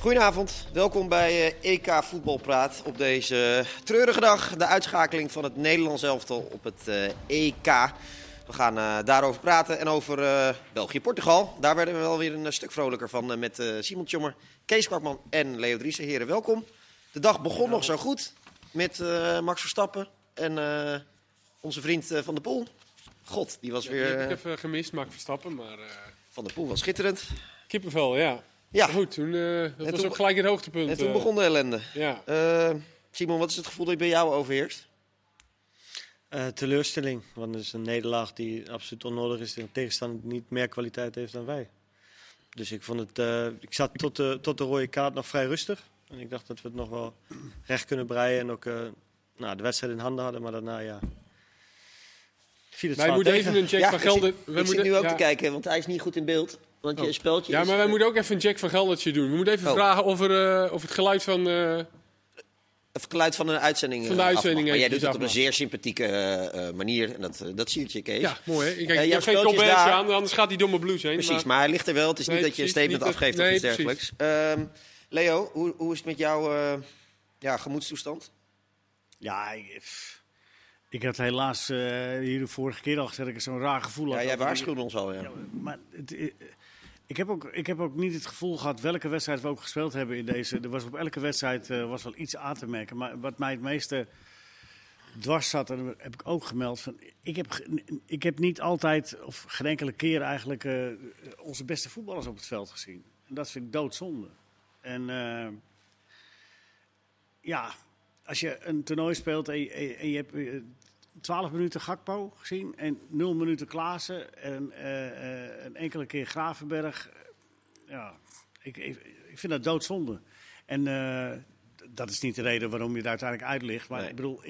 Goedenavond, welkom bij EK Voetbalpraat op deze treurige dag. De uitschakeling van het Nederlands elftal op het EK. We gaan daarover praten en over België-Portugal. Daar werden we wel weer een stuk vrolijker van met Simon Tjommer, Kees Kwakman en Leo Driessen. Heren, welkom. De dag begon nog zo goed met Max Verstappen en onze vriend Van der Poel. God, die was weer... Die heb ik even gemist, Max Verstappen, maar... Van der Poel was schitterend. Kippenvel, ja. Ja. Maar goed, dat was ook gelijk het hoogtepunt. En toen begon de ellende. Ja. Simon, wat is het gevoel dat bij jou overheerst? Teleurstelling, want het is een nederlaag die absoluut onnodig is. De tegenstander niet meer kwaliteit heeft dan wij. Dus ik vond het. Ik zat tot de rode kaart nog vrij rustig. En ik dacht dat we het nog wel recht kunnen breien en ook de wedstrijd in handen hadden. Maar daarna viel het wij moeten even een Jack van Gelder. Ik zit nu ook te kijken, want hij is niet goed in beeld. Want je speltje ja, maar wij moeten ook even een Jack van Geldertje doen. We moeten even vragen of het geluid van... Het geluid van een uitzending. Van de uitzending. Maar jij doet het op een zeer sympathieke manier. En dat zie je, Kees. Ja, mooi hè. Ik heb geen colbertje aan, anders gaat die domme blues heen. Precies, maar hij ligt er wel. Het is niet dat je een statement afgeeft of iets dergelijks. Leo, hoe is het met jouw gemoedstoestand? Ja, ik had helaas hier de vorige keer al gezegd dat ik zo'n raar gevoel had. Ja, jij waarschuwde ons al, ja. Maar ik heb ook niet het gevoel gehad welke wedstrijd we ook gespeeld hebben in deze. Er was op elke wedstrijd was wel iets aan te merken. Maar wat mij het meeste dwars zat, en dat heb ik ook gemeld. Ik heb niet altijd, of geen enkele keer eigenlijk, onze beste voetballers op het veld gezien. En dat vind ik doodzonde. En als je een toernooi speelt en je hebt 12 minuten Gakpo gezien en 0 minuten Klaassen en een enkele keer Gravenberg. Ja, ik vind dat doodzonde. En dat is niet de reden waarom je daar uiteindelijk uit ligt. Maar nee. Ik bedoel,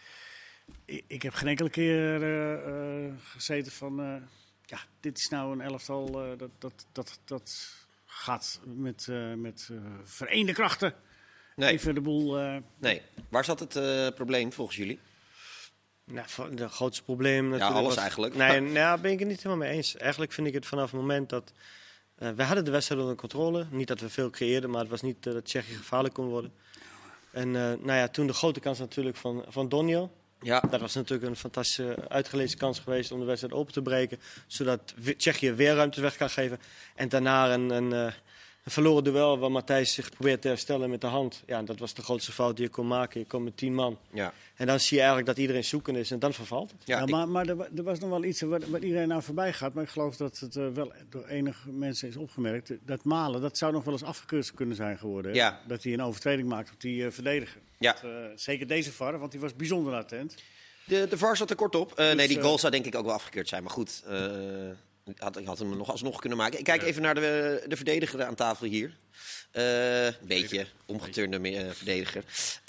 ik heb geen enkele keer gezeten van... dit is nou een elftal dat gaat met vereende krachten. Nee. Even de boel... Nee. Waar zat het probleem volgens jullie? Nou, het grootste probleem natuurlijk alles was, eigenlijk. Nee, daar ben ik het niet helemaal mee eens. Eigenlijk vind ik het vanaf het moment dat... we hadden de wedstrijd onder controle. Niet dat we veel creëerden, maar het was niet dat Tsjechië gevaarlijk kon worden. En toen de grote kans natuurlijk van Donio. Ja. Dat was natuurlijk een fantastische uitgelezen kans geweest om de wedstrijd open te breken. Zodat Tsjechië weer ruimte weg kan geven. En daarna een verloren duel waar Matthijs zich probeert te herstellen met de hand. Ja, dat was de grootste fout die je kon maken. Je komt met 10 man. Ja. En dan zie je eigenlijk dat iedereen zoekend is en dan vervalt het. Ja, maar er was nog wel iets waar iedereen aan voorbij gaat. Maar ik geloof dat het wel door enige mensen is opgemerkt. Dat Malen, dat zou nog wel eens afgekeurd kunnen zijn geworden. Ja. Dat hij een overtreding maakt op die verdediger. Ja. Zeker deze VAR, want die was bijzonder attent. De VAR zat er kort op. Die goal zou denk ik ook wel afgekeurd zijn. Maar goed, had hem nog alsnog kunnen maken. Ik kijk even naar de verdediger aan tafel hier. Een beetje omgeturende verdediger.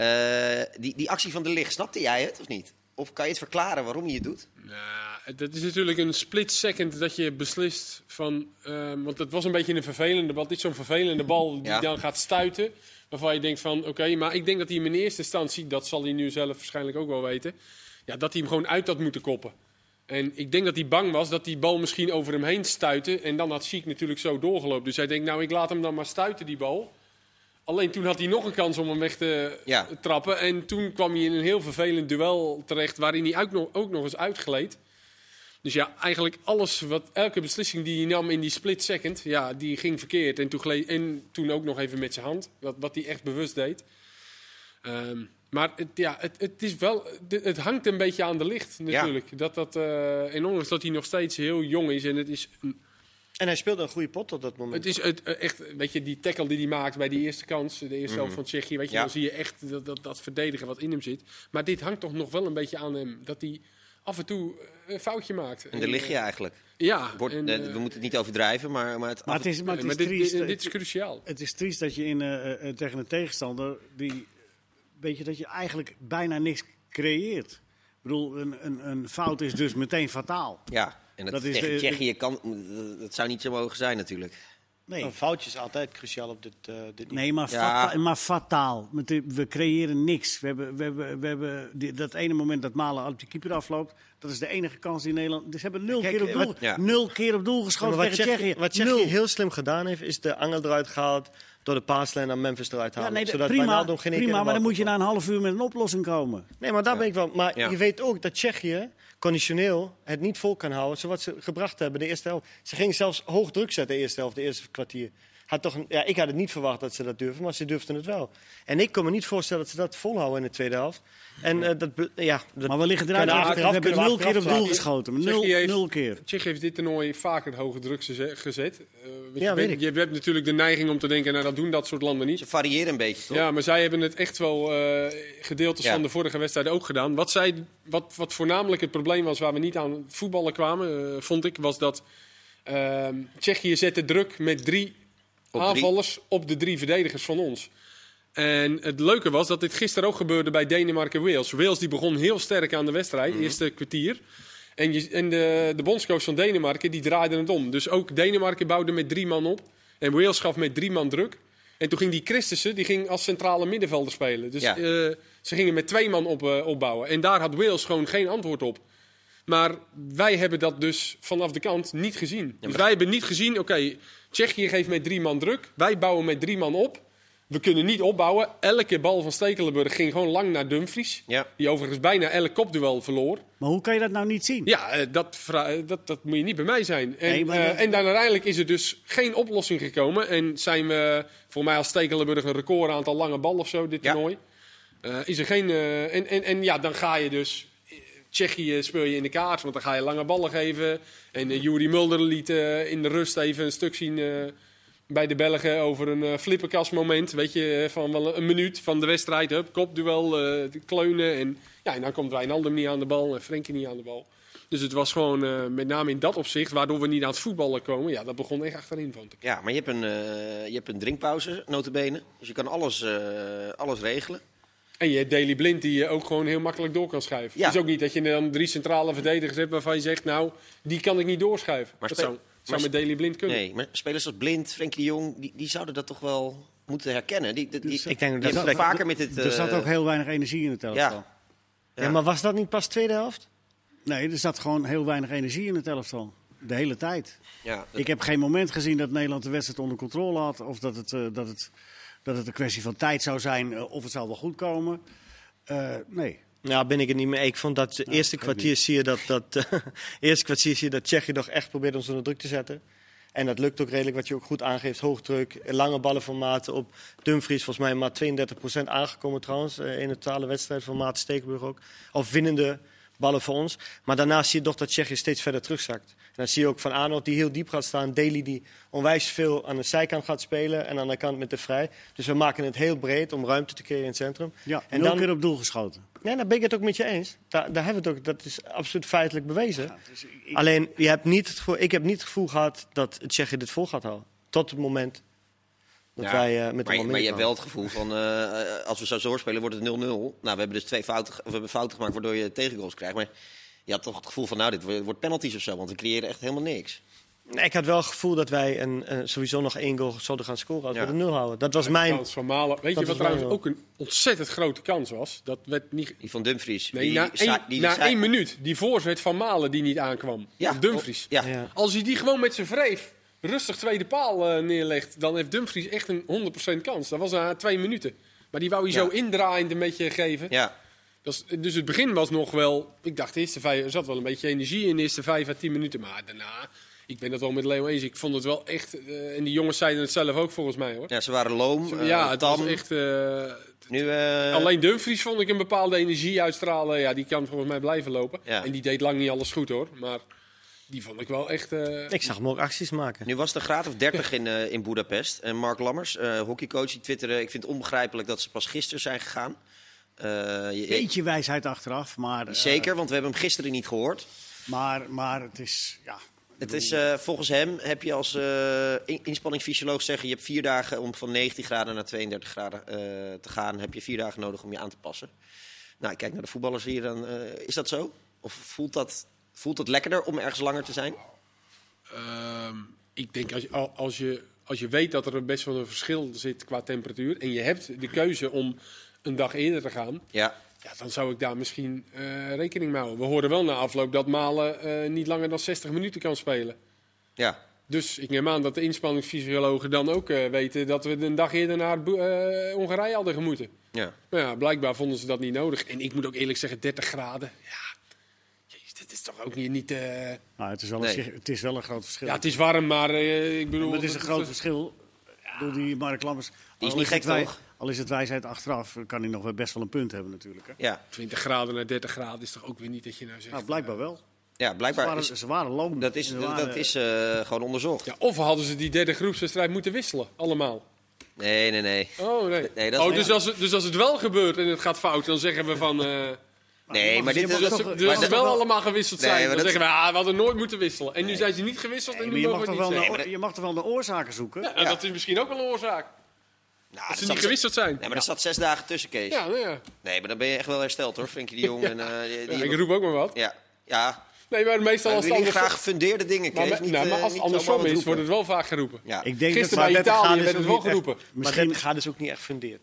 Die actie van De Ligt, snapte jij het of niet? Of kan je het verklaren waarom je het doet? Nou, dat is natuurlijk een split second dat je beslist van... want het was een beetje een vervelende bal. Dit is zo'n vervelende bal die dan gaat stuiten. Waarvan je denkt van, oké, maar ik denk dat hij hem in eerste instantie... dat zal hij nu zelf waarschijnlijk ook wel weten... Ja, dat hij hem gewoon uit had moeten koppen. En ik denk dat hij bang was dat die bal misschien over hem heen stuitte. En dan had Schiek natuurlijk zo doorgelopen. Dus hij denkt, nou, ik laat hem dan maar stuiten, die bal. Alleen toen had hij nog een kans om hem weg te trappen. En toen kwam hij in een heel vervelend duel terecht... waarin hij ook nog eens uitgleed. Dus ja, eigenlijk elke beslissing die hij nam in die split second... ja, die ging verkeerd. En toen ook nog even met zijn hand. Wat hij echt bewust deed. Maar het is wel, het hangt een beetje aan De Ligt natuurlijk. Ja. En ondanks dat hij nog steeds heel jong is. En hij speelde een goede pot op dat moment. Het is echt, weet je, die tackle die hij maakt bij die eerste kans. De eerste helft van Tsjechië. Weet je, dan zie je echt dat verdedigen wat in hem zit. Maar dit hangt toch nog wel een beetje aan hem. Dat hij af en toe een foutje maakt. En daar lig je eigenlijk. Ja. We moeten het niet overdrijven, maar het is triest. Dit is cruciaal. Het is triest dat je tegen een tegenstander... Weet je, dat je eigenlijk bijna niks creëert. Ik bedoel, een fout is dus meteen fataal. Ja, en dat tegen Tsjechië dat zou niet zo mogen zijn natuurlijk. Nee. Een foutje is altijd cruciaal op dit nee, maar fataal. We creëren niks. We hebben dat ene moment dat Malen op die keeper afloopt. Dat is de enige kans die Nederland... Dus ze hebben 0 keer op doel geschoten tegen Tsjechië. Wat Tsjechië heel slim gedaan heeft, is de angel eruit gehaald... door de paaslijn naar Memphis eruit halen. Ja, nee, zodat prima, Wijnaldum geen één keer maar de dan bal moet je kon na een half uur met een oplossing komen. Nee, maar daar ben ik wel. Maar Ja. je weet ook dat Tsjechië conditioneel het niet vol kan houden zoals ze gebracht hebben de eerste helft. Ze gingen zelfs hoog druk zetten de eerste helft, de eerste kwartier. Ik had het niet verwacht dat ze dat durfden, maar ze durfden het wel. En ik kon me niet voorstellen dat ze dat volhouden in de tweede helft. En Maar we liggen eruit. We hebben 0 keer op doel geschoten. 0 keer. Tsjechië heeft dit toernooi vaker hoge druk gezet. Weet ik. Je hebt natuurlijk de neiging om te denken, nou dat doen dat soort landen niet. Ze variëren een beetje, toch? Ja, maar zij hebben het echt wel gedeeltes van de vorige wedstrijden ook gedaan. Wat voornamelijk het probleem was waar we niet aan het voetballen kwamen, vond ik, was dat Tsjechië zette druk met 3 aanvallers op de 3 verdedigers van ons. En het leuke was dat dit gisteren ook gebeurde bij Denemarken-Wales. Wales die begon heel sterk aan de wedstrijd, eerste kwartier. En de bondscoach van Denemarken die draaide het om. Dus ook Denemarken bouwde met 3 man op. En Wales gaf met 3 man druk. En toen ging die Christensen die ging als centrale middenvelder spelen. Dus ze gingen met 2 man opbouwen. En daar had Wales gewoon geen antwoord op. Maar wij hebben dat dus vanaf de kant niet gezien. Dus wij hebben niet gezien, oké, Tsjechië geeft met 3 man druk. Wij bouwen met 3 man op. We kunnen niet opbouwen. Elke bal van Stekelenburg ging gewoon lang naar Dumfries. Ja. Die overigens bijna elk kopduel verloor. Maar hoe kan je dat nou niet zien? Ja, dat moet je niet bij mij zijn. En dan uiteindelijk is er dus geen oplossing gekomen. En zijn we, voor mij als Stekelenburg, een record aantal lange ballen of zo, dit toernooi. Is er geen... dan ga je dus... Tsjechië speel je in de kaart, want dan ga je lange ballen geven. En Yuri Mulder liet in de rust even een stuk zien bij de Belgen over een flipperkastmoment. Weet je, van wel een minuut van de wedstrijd. Kopduel, kleunen. En dan komt Wijnaldum niet aan de bal en Frenkie niet aan de bal. Dus het was gewoon met name in dat opzicht, waardoor we niet aan het voetballen komen. Ja, dat begon echt achterin, vond ik. Ja, maar je hebt een drinkpauze, nota bene. Dus je kan alles regelen. En je hebt Daley Blind die je ook gewoon heel makkelijk door kan schuiven. Ja. Het is ook niet dat je dan 3 centrale verdedigers hebt waarvan je zegt, nou, die kan ik niet doorschuiven. Maar dat zou met Daley Blind kunnen. Nee, maar spelers als Blind, Frenkie de Jong, die zouden dat toch wel moeten herkennen. Ik denk dat dat vaker met dit... Er zat ook heel weinig energie in het elftal. Ja, maar was dat niet pas tweede helft? Nee, er zat gewoon heel weinig energie in het elftal. De hele tijd. Ja, Ik heb geen moment gezien dat Nederland de wedstrijd onder controle had. Of dat het een kwestie van tijd zou zijn. Of het zal wel goed komen. Nee. Nou, ben ik het niet mee. Ik vond dat eerste kwartier zie je dat Tsjechië nog echt probeert ons onder druk te zetten. En dat lukt ook redelijk, wat je ook goed aangeeft. Hoogdruk, lange ballen van Maarten op Dumfries. Volgens mij maar 32% aangekomen trouwens. In de totale wedstrijd van Maarten Stekelenburg ook. Of winnende ballen voor ons. Maar daarna zie je toch dat Tsjechië steeds verder terugzakt. En dan zie je ook Van Arnold die heel diep gaat staan. Daley die onwijs veel aan de zijkant gaat spelen. En aan de kant met de Vrij. Dus we maken het heel breed om ruimte te creëren in het centrum. Ja, en 0 keer op doel geschoten. Nee, daar ben ik het ook met je eens. Daar hebben we het ook. Dat is absoluut feitelijk bewezen. Ja, dus Alleen, ik heb niet het gevoel gehad dat Tsjechië dit vol gaat houden. Tot het moment dat wij met de maar je hebt wel het gevoel van, als we zo doorspelen, wordt het 0-0. Nou, we hebben dus 2 fouten gemaakt, waardoor je tegengoals krijgt. Maar je had toch het gevoel van, nou, dit wordt penalties of zo. Want we creëren echt helemaal niks. Nee, ik had wel het gevoel dat wij sowieso nog 1 goal zouden gaan scoren als we de 0 houden. Dat was mijn... Kans van Malen. Weet je wat trouwens ook een ontzettend grote kans was? Dat werd niet... Die van Dumfries. Nee, na 1 minuut. Die voorzet van Malen die niet aankwam. Ja, Dumfries. Ja. Als hij die gewoon met zijn wreef rustig tweede paal neerlegt, dan heeft Dumfries echt een 100% kans. Dat was na 2 minuten. Maar die wou hij zo indraaiend een beetje geven. Ja. Dus het begin was nog wel... Ik dacht, er zat wel een beetje energie in de eerste 5 à 10 minuten. Maar daarna... Ik ben het wel met Leo eens. Ik vond het wel echt... en die jongens zeiden het zelf ook volgens mij, hoor. Ja, ze waren loom. Het tam. was echt... Nu, alleen Dumfries vond ik een bepaalde energie uitstralen. Ja, die kan volgens mij blijven lopen. Ja. En die deed lang niet alles goed, hoor. Maar die vond ik wel echt... Ik zag hem ook acties maken. Nu was het een graad of 30 in Boedapest. En Mark Lammers, hockeycoach, die twitterde... Ik vind het onbegrijpelijk dat ze pas gisteren zijn gegaan. Beetje wijsheid achteraf, maar... Zeker, want we hebben hem gisteren niet gehoord. Maar het is... Ja. Het is, volgens hem heb je als inspanningsfysioloog zeggen... je hebt 4 dagen om van 19 graden naar 32 graden te gaan... heb je 4 dagen nodig om je aan te passen. Nou, ik kijk naar de voetballers hier. Dan, is dat zo? Of voelt het lekkerder om ergens langer te zijn? Ik denk als je weet dat er best wel een verschil zit qua temperatuur... en je hebt de keuze om een dag eerder te gaan... Ja, dan zou ik daar misschien rekening mee houden. We hoorden wel na afloop dat Malen niet langer dan 60 minuten kan spelen. Ja. Dus ik neem aan dat de inspanningsfysiologen dan ook weten dat we een dag eerder naar Hongarije hadden gemoeten. Ja. Maar ja, blijkbaar vonden ze dat niet nodig. En ik moet ook eerlijk zeggen, 30 graden. Ja, jezus, dat is toch ook niet... Nou, het is wel een groot verschil. Ja, het is warm, maar ik bedoel... Maar het is een groot verschil. Door die Mark Lammers. Die is niet gek, toch? Al is het wijsheid achteraf, kan hij nog wel best wel een punt hebben natuurlijk. Hè? Ja. 20 graden naar 30 graden is toch ook weer niet dat je nou zegt... Nou, blijkbaar wel. Ja, blijkbaar Ze waren loom. dat is gewoon onderzocht. Ja, of hadden ze die derde groepswedstrijd moeten wisselen, allemaal? Nee. Oh, nee. Nee, dat is dus als het wel gebeurt en het gaat fout, dan zeggen we van... Nee, maar dit is... Dus als ze wel allemaal gewisseld zijn, Nee, dan dat- zeggen we, we hadden nooit moeten wisselen. En nu zijn ze niet gewisseld en Maar nu je mogen mag, we toch het wel niet zeggen. je mag toch wel naar oorzaken zoeken? Ja, en dat is misschien ook wel een oorzaak. Nou, Dat ze niet gewisseld zijn. Nee, maar er zat 6 dagen tussen, Kees. Ja, nou ja. Nee, maar dan ben je echt wel hersteld, hoor, Frenkie de Jong. En, Ja, ik roep ook maar wat. Ja. Nee, maar meestal We als het willen andersom... graag gefundeerde dingen, Kees. Maar als het andersom is, wordt het wel vaak geroepen. Ja. Ik denk Gisteren maar bij 30 Italië graden werd is het ook wel niet geroepen. Maar 30 graden is ook niet echt fundeerd.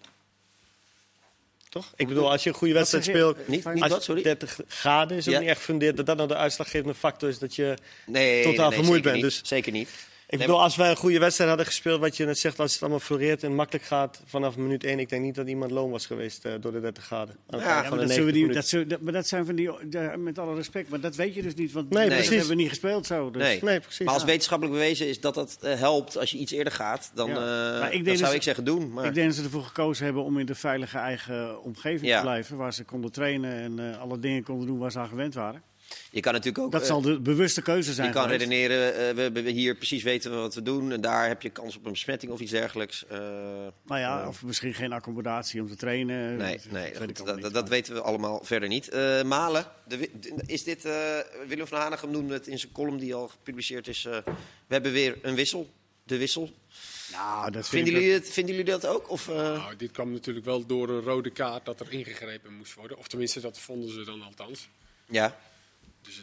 Toch? Ik bedoel, als je een goede wedstrijd zeg je? speelt... Niet als wat, sorry? 30 graden is ook Ja. niet echt fundeerd. Dat nou de uitslaggevende factor is dat je... Nee, totaal vermoeid zeker bent, niet. dus- Zeker niet. Ik bedoel, als wij een goede wedstrijd hadden gespeeld, wat je net zegt, als het allemaal floreert en makkelijk gaat vanaf minuut 1. Ik denk niet dat iemand loom was geweest door de 30 graden. Aan het Ja, eind Ja, van maar de dat, zullen we 90 niet, minuten. dat zijn van die, met alle respect, maar dat weet je dus niet, want Nee, dat precies. hebben we niet gespeeld zo. Dus. Nee. precies. Maar als wetenschappelijk bewezen is dat dat helpt als je iets eerder gaat, dan Ja. Maar ik denk dat zou dus- ik zeggen doen. Maar... Ik denk dat ze ervoor gekozen hebben om in de veilige eigen omgeving Ja. te blijven, waar ze konden trainen en alle dingen konden doen waar ze aan gewend waren. Je kan natuurlijk ook... Dat zal de bewuste keuze zijn. je kan geweest. redeneren, we hier precies weten we wat we doen en daar heb je kans op een besmetting of iets dergelijks. Nou ja, of misschien geen accommodatie om te trainen. Nee, dat weet ik goed, allemaal niet. dat weten we allemaal verder niet. Malen, is dit... Willem van Hanegem noemde het in zijn column die al gepubliceerd is. We hebben weer een wissel. De wissel. Nou, dat Vinden jullie dat ook? Of, Nou, dit kwam natuurlijk wel door een rode kaart dat er ingegrepen moest worden. Of tenminste, dat vonden ze dan althans. Ja. Dus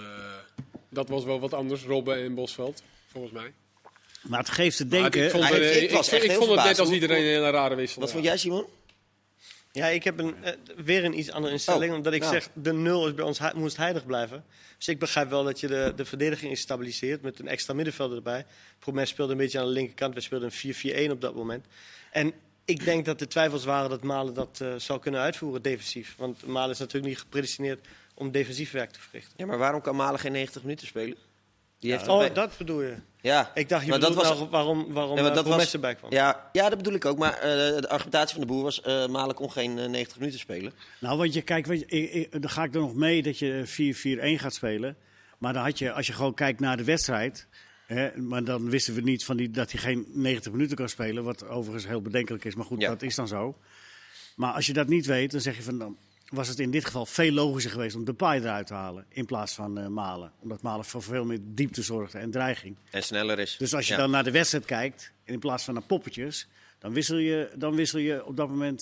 dat was wel wat anders, Robben en Bosveld, volgens mij. Maar het geeft te Maar denken. ik vond, ik was echt ik heel vond het net verbaasd. als iedereen een hele rare wissel. Wat ja. vond jij, Simon? Ja, ik heb weer een iets andere instelling, Oh, omdat ik nou. zeg, de 0 is bij ons moest heilig blijven. Dus ik begrijp wel dat je de verdediging is stabiliseert met een extra middenvelder erbij. Promes speelde een beetje aan de linkerkant, we speelden een 4-4-1 op dat moment. En ik denk dat de twijfels waren dat Malen dat zou kunnen uitvoeren defensief. Want Malen is natuurlijk niet gepredestineerd om defensief werk te verrichten. Ja, maar waarom kan Malen geen 90 minuten spelen? Die heeft Oh, toch- dat bedoel je? Ja. Ik dacht, je Maar dat bedoelt was- nou waarom Nee, maar dat Promes was- erbij kwam. Ja, dat bedoel ik ook. Maar de argumentatie van de boer was, Malen kon geen 90 minuten spelen. Nou, want je kijkt, dan ga ik er nog mee dat je 4-4-1 gaat spelen. Maar dan had je, als je gewoon kijkt naar de wedstrijd. Maar dan wisten we niet dat hij geen 90 minuten kan spelen. Wat overigens heel bedenkelijk is. Maar goed, Ja. dat is dan zo. Maar als je dat niet weet, dan zeg je van... Dan was het in dit geval veel logischer geweest om Depay eruit te halen. In plaats van Malen. Omdat Malen voor veel meer diepte zorgde en dreiging. En sneller is. Dus als je Ja. dan naar de wedstrijd kijkt, in plaats van naar poppetjes, dan wissel je op dat moment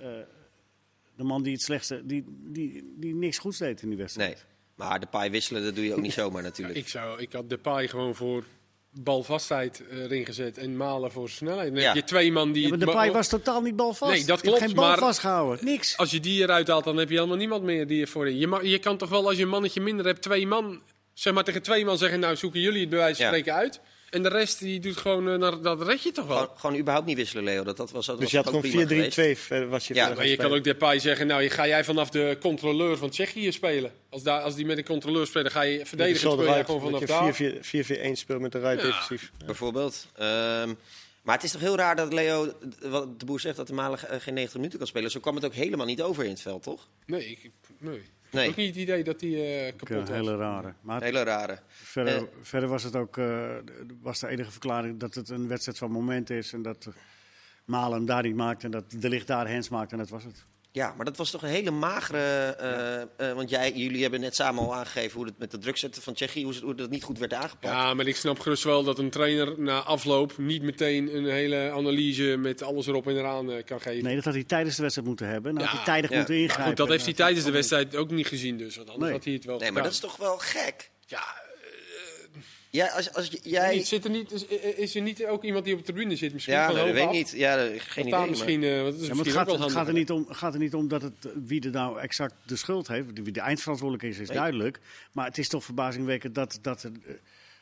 de man die het slechtste, die niks goeds deed in die wedstrijd. Nee. Maar de paai wisselen, dat doe je ook niet zomaar Ja, natuurlijk. ik had Depay gewoon voor balvastheid erin gezet en Malen voor snelheid. Dan Ja. heb je twee man die... Ja, maar het Depay ma- was totaal niet balvast. Nee, dat Die heeft klopt, geen bal maar- vastgehouden. Niks. Als je die eruit haalt, dan heb je helemaal niemand meer die er voorin. Je kan toch wel, als je een mannetje minder hebt, twee man... Zeg maar tegen twee man zeggen, nou zoeken jullie het bij wijze van Ja. spreken uit. En de rest die doet gewoon, dat red je toch wel. Gewoon überhaupt niet wisselen, Leo. Dat was Dus je had ook gewoon prima 4-3-2 geweest. was je Ja, verder Maar gaan je kan spelen. ook Depay zeggen, nou ga jij vanaf de controleur van Tsjechië spelen. Als die met een controleur spelen, ga je verdedigen, Zo speel je eruit, gewoon vanaf dat daar. je 4-4-1 speelt met de ruit defensief. Bijvoorbeeld. Maar het is toch heel raar dat Leo, wat de boer zegt, dat de Malen geen 90 minuten kan spelen. Zo kwam het ook helemaal niet over in het veld, toch? Nee. Nee. Ook niet het idee dat die kapot Een was. hele rare. Maar Een hele rare. verder was het ook was de enige verklaring dat het een wedstrijd van moment is. En dat Malen hem daar niet maakt en dat De Ligt daar Hens maakt. En dat was het. Ja, maar dat was toch een hele magere... want jullie hebben net samen al aangegeven hoe het met de druk zetten van Tsjechië, hoe dat niet goed werd aangepakt. Ja, maar ik snap gerust wel dat een trainer na afloop niet meteen een hele analyse met alles erop en eraan kan geven. Nee, dat had hij tijdens de wedstrijd moeten hebben. Nou, Ja. had hij tijdig Ja. moeten Maar ingrijpen. goed, dat heeft hij Ja, tijdens de wedstrijd ook niet gezien dus. Want anders Nee. had hij het wel Nee, maar gedaan. dat is toch wel gek? Ja, Ja, als jij... is er niet ook iemand die op de tribune zit? Misschien Ja, van dat hoog weet ik af? niet. Ja, geen idee. Misschien, want dat is Ja, maar misschien ook wel het handig. gaat er niet om dat het, wie er nou exact de schuld heeft. Wie de eindverantwoordelijk is Nee. duidelijk. Maar het is toch verbazingwekkend dat er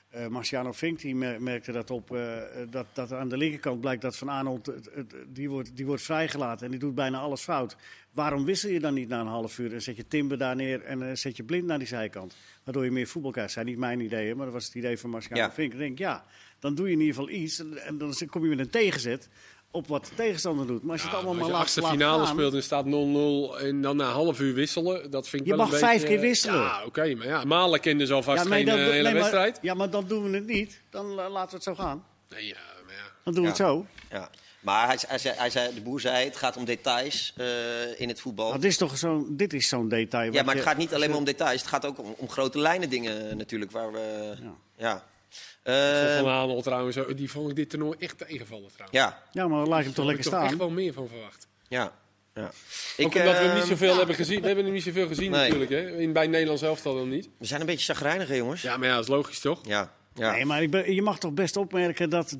Marciano Vink die merkte dat op. Dat aan de linkerkant blijkt dat Van Aanholt, die wordt vrijgelaten en die doet bijna alles fout. Waarom wissel je dan niet na een half uur en zet je Timber daar neer en zet je Blind naar die zijkant? Waardoor je meer voetbal krijgt. Dat zijn niet mijn ideeën, maar dat was het idee van Marciano Vink. Ik denk, dan doe je in ieder geval iets en dan kom je met een tegenzet op wat de tegenstander doet. Maar als je het allemaal maar laat als je de finale speelt en staat 0-0 en dan na een half uur wisselen, dat vind ik je wel een beetje... Je mag 5 keer wisselen. Ja, oké, maar Malen kende dus alvast geen hele wedstrijd. Ja, maar dan doen we het niet. Dan laten we het zo gaan. Nee, Dan doen we het zo. Ja. Maar hij zei, de Boer zei, het gaat om details in het voetbal. Nou, dit is zo'n detail. Ja, maar het gaat niet alleen maar om details. Het gaat ook om grote lijnen dingen natuurlijk. Waar we, Van Aanholt trouwens, die vond ik dit toernooi echt tegenvallen trouwens. Ja, maar laat hem toch lekker staan. Daar heb ik echt wel meer van verwacht. Ja. Ook omdat we hem niet zoveel hebben gezien. We hebben hem niet zoveel gezien natuurlijk. Hè? Bij het Nederlands elftal dan niet. We zijn een beetje chagrijnig, hè, jongens? Ja, maar dat is logisch toch? Ja. Nee, maar je mag toch best opmerken dat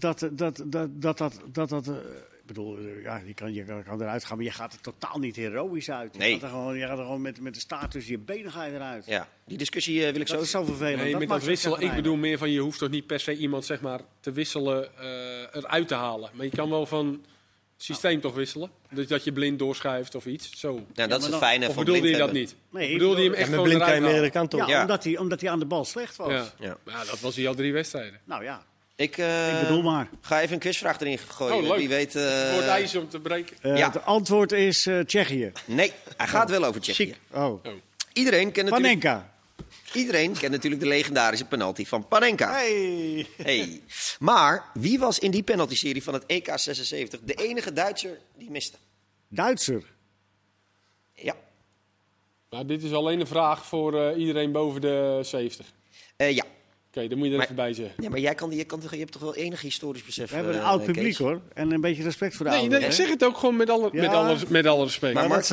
ik bedoel, je kan eruit gaan, maar je gaat er totaal niet heroïs uit. Je gaat er gewoon met de staart tussen je benen ga je eruit. Ja, die discussie wil ik zo... Dat is zo vervelend. Nee, met dat wisselen, ik bedoel meer van je hoeft toch niet per se iemand zeg maar te wisselen eruit te halen. Maar je kan wel van systeem toch wisselen? Dus dat je Blind doorschuift of iets. Zo. Ja, dat is het fijne of van bedoelde Blind je dat hebben. niet? Nee, bedoelde je hem echt gewoon Blind kan je eruit meerdere halen? kanten op. Omdat hij aan de bal slecht was. Ja. Maar dat was hij al 3 wedstrijden. Nou ja. Ik bedoel maar. Ga even een quizvraag erin gooien. Oh, leuk. Wie weet, Voor het ijs om te breken. Het antwoord is Tsjechië. Nee, hij gaat wel over Tsjechië. Oh. Iedereen kent natuurlijk... Panenka. Iedereen kent natuurlijk de legendarische penalty van Panenka. Hey. Maar wie was in die penalty-serie van het EK 76 de enige Duitser die miste? Duitser. Ja. Nou, dit is alleen een vraag voor iedereen boven de 70. Ja. Oké, dan moet je er even bij zeggen. Ja, maar je hebt toch wel enig historisch besef. We hebben een oud publiek hoor. En een beetje respect voor de ouderen. Nee, ik zeg het ook gewoon met alle respect. Maar Mark van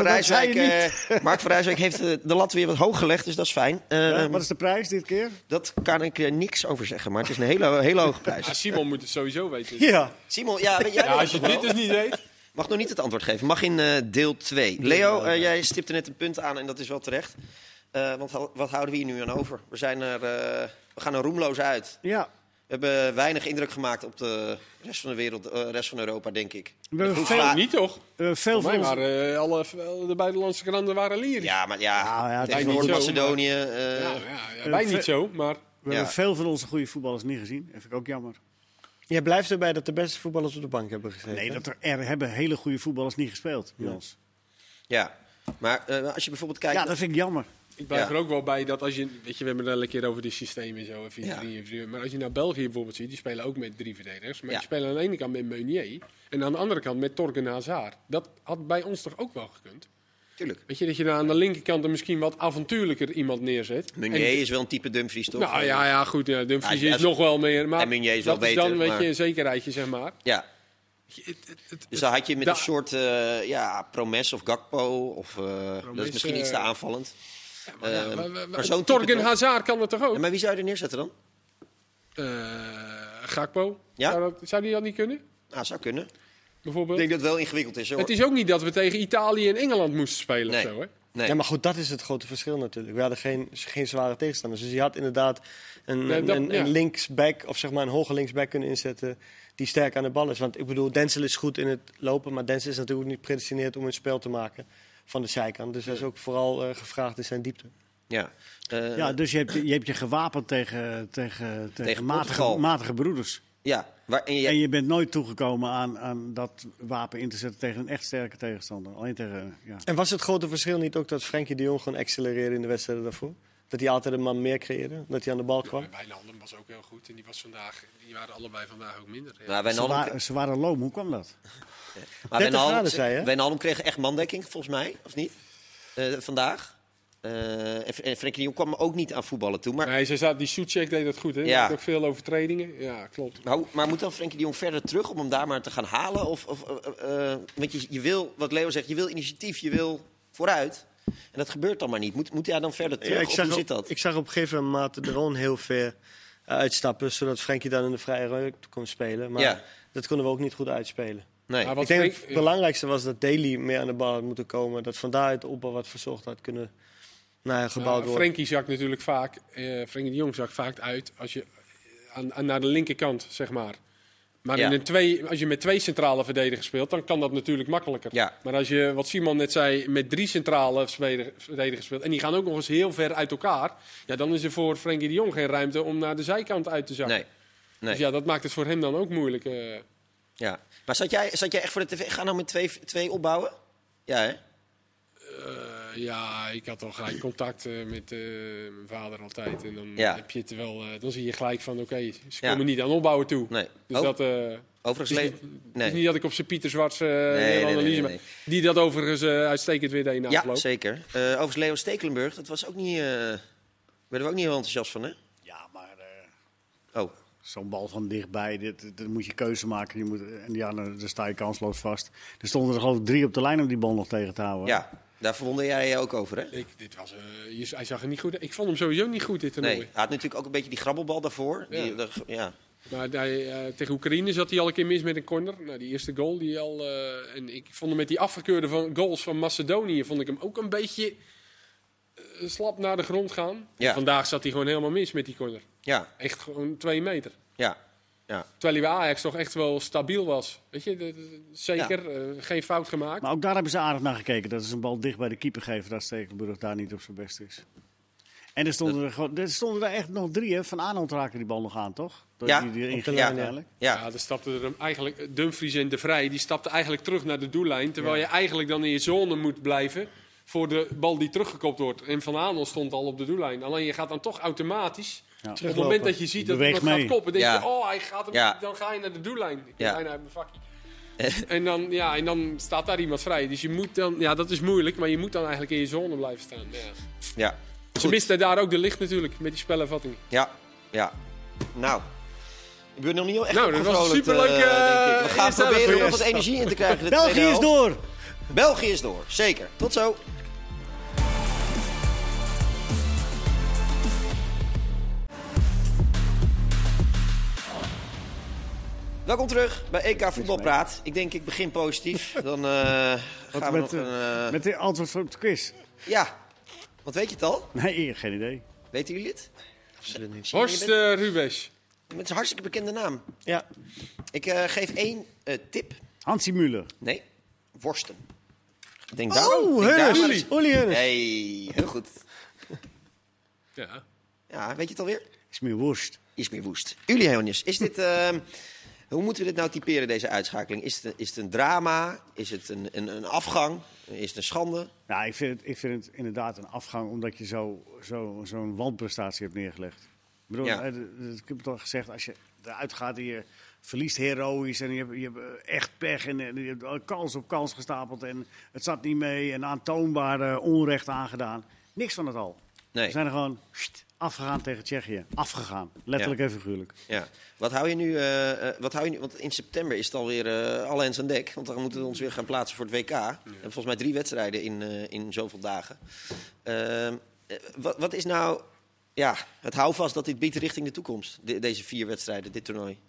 Rijswijk heeft de lat weer wat hoog gelegd, dus dat is fijn. Wat is de prijs dit keer? Dat kan ik niks over zeggen, maar het is een hele hoge prijs. Ja, Simon moet het sowieso weten. Ja. Simon, jij als je dit dus niet weet... Mag nog niet het antwoord geven. Mag in deel 2. Leo, jij stipte net een punt aan en dat is wel terecht. Want wat houden we hier nu aan over? We gaan er roemloos uit. Ja. We hebben weinig indruk gemaakt op de rest van de wereld, rest van Europa, denk ik. We hebben veel, niet toch? veel van ons... de buitenlandse kranten waren lyrisch. Ja, maar het is tegen niet Noord-Macedonië. Wij niet zo, maar... We hebben veel van onze goede voetballers niet gezien. Dat vind ik ook jammer. Jij blijft erbij dat de beste voetballers op de bank hebben gezeten. Nee, er hebben hele goede voetballers niet gespeeld bij ons. Ja, maar als je bijvoorbeeld kijkt... Ja, dat vind ik jammer. Ik blijf er ook wel bij dat als je... Weet je, we hebben het elke keer over die systemen en zo. 4-3-4. Maar als je nou België bijvoorbeeld ziet, die spelen ook met 3 verdedigers. Maar die spelen aan de ene kant met Meunier en aan de andere kant met Torgen Hazard. Dat had bij ons toch ook wel gekund? Tuurlijk. Weet je, dat je daar aan de linkerkant er misschien wat avontuurlijker iemand neerzet. Meunier is wel een type Dumfries, toch? Nou ja, goed. Dumfries is nog wel meer. Maar en Meunier is wel dat beter. Is dan weet je, een zekerheidje, zeg maar. Ja. Dus dan had je met een soort Promes of Gakpo. Dat is misschien iets te aanvallend. Maar zo'n Torgen Hazard kan het toch ook? Ja, maar wie zou je er neerzetten dan? Gakpo. Ja? Zou die dat niet kunnen? Nou, zou kunnen. Bijvoorbeeld. Ik denk dat het wel ingewikkeld is, hoor. Het is ook niet dat we tegen Italië en Engeland moesten spelen Nee. of zo, hè? Nee. Ja, maar goed, dat is het grote verschil natuurlijk. We hadden geen zware tegenstanders. Dus je had inderdaad een linksback, of zeg maar een hoge linksback kunnen inzetten die sterk aan de bal is. Want ik bedoel, Denzel is goed in het lopen, maar Denzel is natuurlijk niet predestineerd om een spel te maken van de zijkant. Dus dat is ook vooral gevraagd in zijn diepte. Ja. Dus je hebt je gewapend tegen matige broeders. Ja. En je bent nooit toegekomen aan dat wapen in te zetten tegen een echt sterke tegenstander. Alleen tegen, En was het grote verschil niet ook dat Frenkie de Jong gewoon accelereerde in de wedstrijden daarvoor? Dat hij altijd een man meer creëerde, dat hij aan de bal kwam? Ja, Wijnaldum was ook heel goed en die waren allebei vandaag ook minder. Ja. Nou, ze waren loom, hoe kwam dat? Maar 30 graden, zei je? Wijnaldum kreeg echt mandekking, volgens mij, of niet? Vandaag. En Frenkie de Jong kwam ook niet aan voetballen toe. Maar... Nee, die Soucek deed dat goed, hè? Ja. Had ook veel overtredingen. Ja, klopt. Maar moet dan Frenkie de Jong verder terug om hem daar maar te gaan halen? Want je wil, wat Leo zegt, je wil initiatief, je wil vooruit. En dat gebeurt dan maar niet. Moet hij dan verder terug? Ja, hoe zit dat? Ik zag op een gegeven moment de Roon heel ver uitstappen, zodat Frenkie dan in de vrije ruimte kon spelen. Maar dat konden we ook niet goed uitspelen. Nee. Maar Ik denk dat het belangrijkste was dat Daly meer aan de bal had moeten komen. Dat van daaruit de opbouw wat verzorgd had kunnen gebouwd worden. Frenkie zakt natuurlijk vaak. Frenkie de Jong zakt vaak uit naar de linkerkant, zeg maar. Maar Ja. als je met 2 centrale verdedigers speelt, dan kan dat natuurlijk makkelijker. Ja. Maar als je, wat Simon net zei, met 3 centrale verdedigers speelt... en die gaan ook nog eens heel ver uit elkaar... ja, dan is er voor Frenkie de Jong geen ruimte om naar de zijkant uit te zakken. Nee. Dus ja, dat maakt het voor hem dan ook moeilijk. Ja. Maar zat jij echt voor de tv? Ga nou met twee opbouwen? Ja, hè? Ja, ik had al gelijk contact met mijn vader altijd. En dan Ja. heb je het wel, dan zie je gelijk van, oké, ze Ja. komen niet aan opbouwen toe. Nee. Dus Oh, dat... overigens... Het is niet dat ik op zijn Pieter Zwarts nee, analyse nee. maak. Die dat overigens uitstekend weer deed na Ja, afloop. zeker. Overigens Leo Stekelenburg, dat was ook niet... werden we ook niet heel enthousiast van, hè? Ja, maar Oh, zo'n bal van dichtbij, dan moet je keuze maken. En ja, dan sta je kansloos vast. Er stonden er geloof ik 3 op de lijn om die bal nog tegen te houden. ja. Daar verwonder jij je ook over, hè? Dit was, hij zag er niet goed uit. Ik vond hem sowieso niet goed, dit toernooi. Nee, hij had natuurlijk ook een beetje die grabbelbal daarvoor. Ja. Ja. Maar tegen Oekraïne zat hij al een keer mis met een corner. Nou, die eerste goal die al... en ik vond hem met die afgekeurde goals van Macedonië... vond ik hem ook een beetje slap naar de grond gaan. Ja. Vandaag zat hij gewoon helemaal mis met die corner. Ja, Echt gewoon 2 meter. ja. Terwijl hij bij Ajax toch echt wel stabiel was. Weet je, zeker. Geen fout gemaakt. Maar ook daar hebben ze aardig naar gekeken. Dat is een bal dicht bij de keeper geven, dat Stekelenburg daar niet op zijn best is. En er stonden er echt nog 3, hè. Van Arnold raakte die bal nog aan, toch? Ja, Die op erin de ging lijn, uiteindelijk. Ja. Ja, dan stapte er eigenlijk Dumfries en De Vrij. Die stapten eigenlijk terug naar de doellijn. Terwijl je eigenlijk dan in je zone moet blijven voor de bal die teruggekopt wordt. En Van Aanel stond al op de doellijn. Alleen je gaat dan toch automatisch... Ja. Op het moment dat je ziet dat Beweeg iemand gaat mee. koppen, denk Ja. je, oh, hij gaat hem, Ja. dan ga je naar de doellijn. Ik Ja. ga bijna uit mijn vakje. en dan staat daar iemand vrij. Dus je moet dan, ja, dat is moeilijk, maar je moet dan eigenlijk in je zone blijven staan. Ja. Ja. Ze Goed. misten daar ook de licht natuurlijk, met die spelervatting. Ja. Nou, ik ben nog niet heel echt Nou, dat was een opgevrolijkt, superleuke, denk ik. We gaan eerste helft. proberen er nog wat energie in te krijgen. de België tweede is helft. door! België is door, zeker. Tot zo. Welkom terug bij EK Voetbalpraat. Ik denk, ik begin positief. Dan gaan we nog een... Met de antwoord op de quiz. Ja, wat weet je het al? Nee, geen idee. Weten jullie het? Absoluut niet. Horst Rubes. Met een hartstikke bekende naam. Ja. Ik geef 1 tip. Hansi Müller. Nee, worsten. Ik denk Oh, daar maar Heunes. eens- Uli Heunes. Hey, heel goed. Ja. Ja, weet je het alweer? Is meer worst. Is meer woest. Uli Heunes, is dit... hoe moeten we dit nou typeren, deze uitschakeling? Is het een drama? Is het een afgang? Is het een schande? Ja, ik vind het inderdaad een afgang omdat je zo'n wanprestatie hebt neergelegd. Ik bedoel, Ja. ik heb het al gezegd, als je eruit gaat en je verliest heroïs en je hebt echt pech en je hebt kans op kans gestapeld en het zat niet mee en aantoonbaar onrecht aangedaan. Niks van het al. Nee. We zijn er gewoon afgegaan tegen Tsjechië. Afgegaan. Letterlijk en figuurlijk. Ja. Wat hou je nu... Want in september is het alweer alle hands aan dek. Want dan moeten we ons weer gaan plaatsen voor het WK. We hebben volgens mij 3 wedstrijden in zoveel dagen. Wat is nou het houvast dat dit biedt richting de toekomst? Deze 4 wedstrijden, dit toernooi.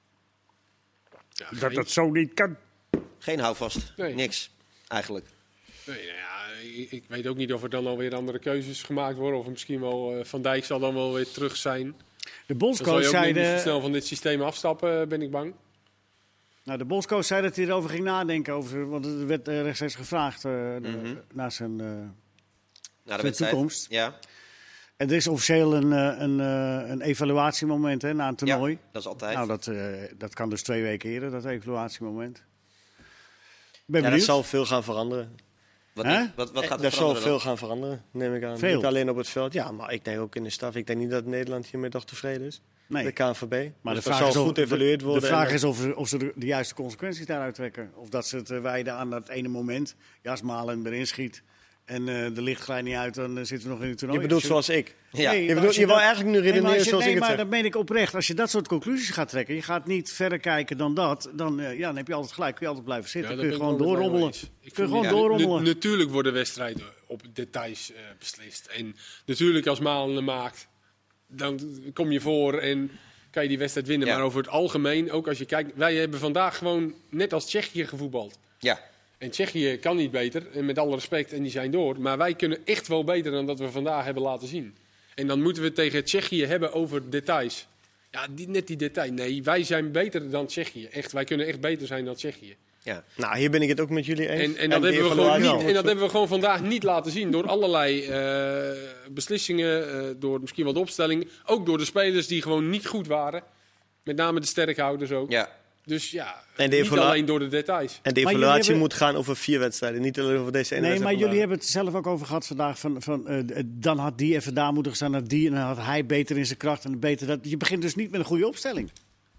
Ja, Dat dat zo niet kan. Geen houvast. Nee. Niks, eigenlijk. Nee, nou ja, ik weet ook niet of er dan alweer andere keuzes gemaakt worden. Of misschien wel Van Dijk zal dan wel weer terug zijn. De Dan zal bondscoach je ook zei... niet zo snel van dit systeem afstappen, ben ik bang. Nou, de bondscoach zei dat hij erover ging nadenken. Want er werd rechtstreeks gevraagd naar zijn... Na de de wedstrijd. toekomst. Ja, En er is officieel een evaluatiemoment na een toernooi. ja, dat is altijd. Nou, dat kan dus 2 weken eerder, dat evaluatiemoment. Ik ben Ja, dat benieuwd. zal veel gaan veranderen. wat hè? gaat er Er zal veranderen veel dan? gaan veranderen, neem ik aan. Veel. Niet alleen op het veld, ja, maar ik denk ook in de staf. Ik denk niet dat Nederland hiermee toch tevreden is. Nee. De KNVB. Maar Dus de dat vraag, zal is goed evalueerd worden. de vraag en- is of ze de juiste consequenties daaruit trekken. Of dat ze het wijden aan dat ene moment. Ja, als Malen erin schiet en de licht glijdt niet uit, dan zitten we nog in het toernooi. Je bedoelt Als zoals ik. Ja. Nee, Je, maar bedoelt, als je wil dat- eigenlijk nu Nee, maar redeneren als je- zoals nee, ik het maar zeg. dat meen ik oprecht. Als je dat soort conclusies gaat trekken, je gaat niet verder kijken dan dat, dan heb je altijd gelijk, kun je altijd blijven zitten. Ja, kun je daar gewoon ben ik wel doorrommelen. mee eens. Ik Kun je vind- gewoon doorrommelen. Natuurlijk worden wedstrijden op details beslist. En natuurlijk als Malen maakt, dan kom je voor en kan je die wedstrijd winnen. Ja. Maar over het algemeen, ook als je kijkt... Wij hebben vandaag gewoon net als Tsjechië gevoetbald. Ja, En Tsjechië kan niet beter, en met alle respect, en die zijn door. Maar wij kunnen echt wel beter dan dat we vandaag hebben laten zien. En dan moeten we het tegen Tsjechië hebben over details. Ja, net die detail. Nee, wij zijn beter dan Tsjechië. Echt, wij kunnen echt beter zijn dan Tsjechië. Ja. Nou, hier ben ik het ook met jullie eens. En dat hebben we gewoon vandaag niet laten zien. Door allerlei beslissingen, door misschien wel de opstelling. Ook door de spelers die gewoon niet goed waren. Met name de sterkhouders ook. Ja. Dus ja, En niet alleen door de details. En de evaluatie moet gaan over 4 wedstrijden. Niet alleen over deze ene Nee, wedstrijd. maar jullie hebben het zelf ook over gehad vandaag. Dan had die even daar moeten staan. En dan had hij beter in zijn kracht. En beter dat. Je begint dus niet met een goede opstelling.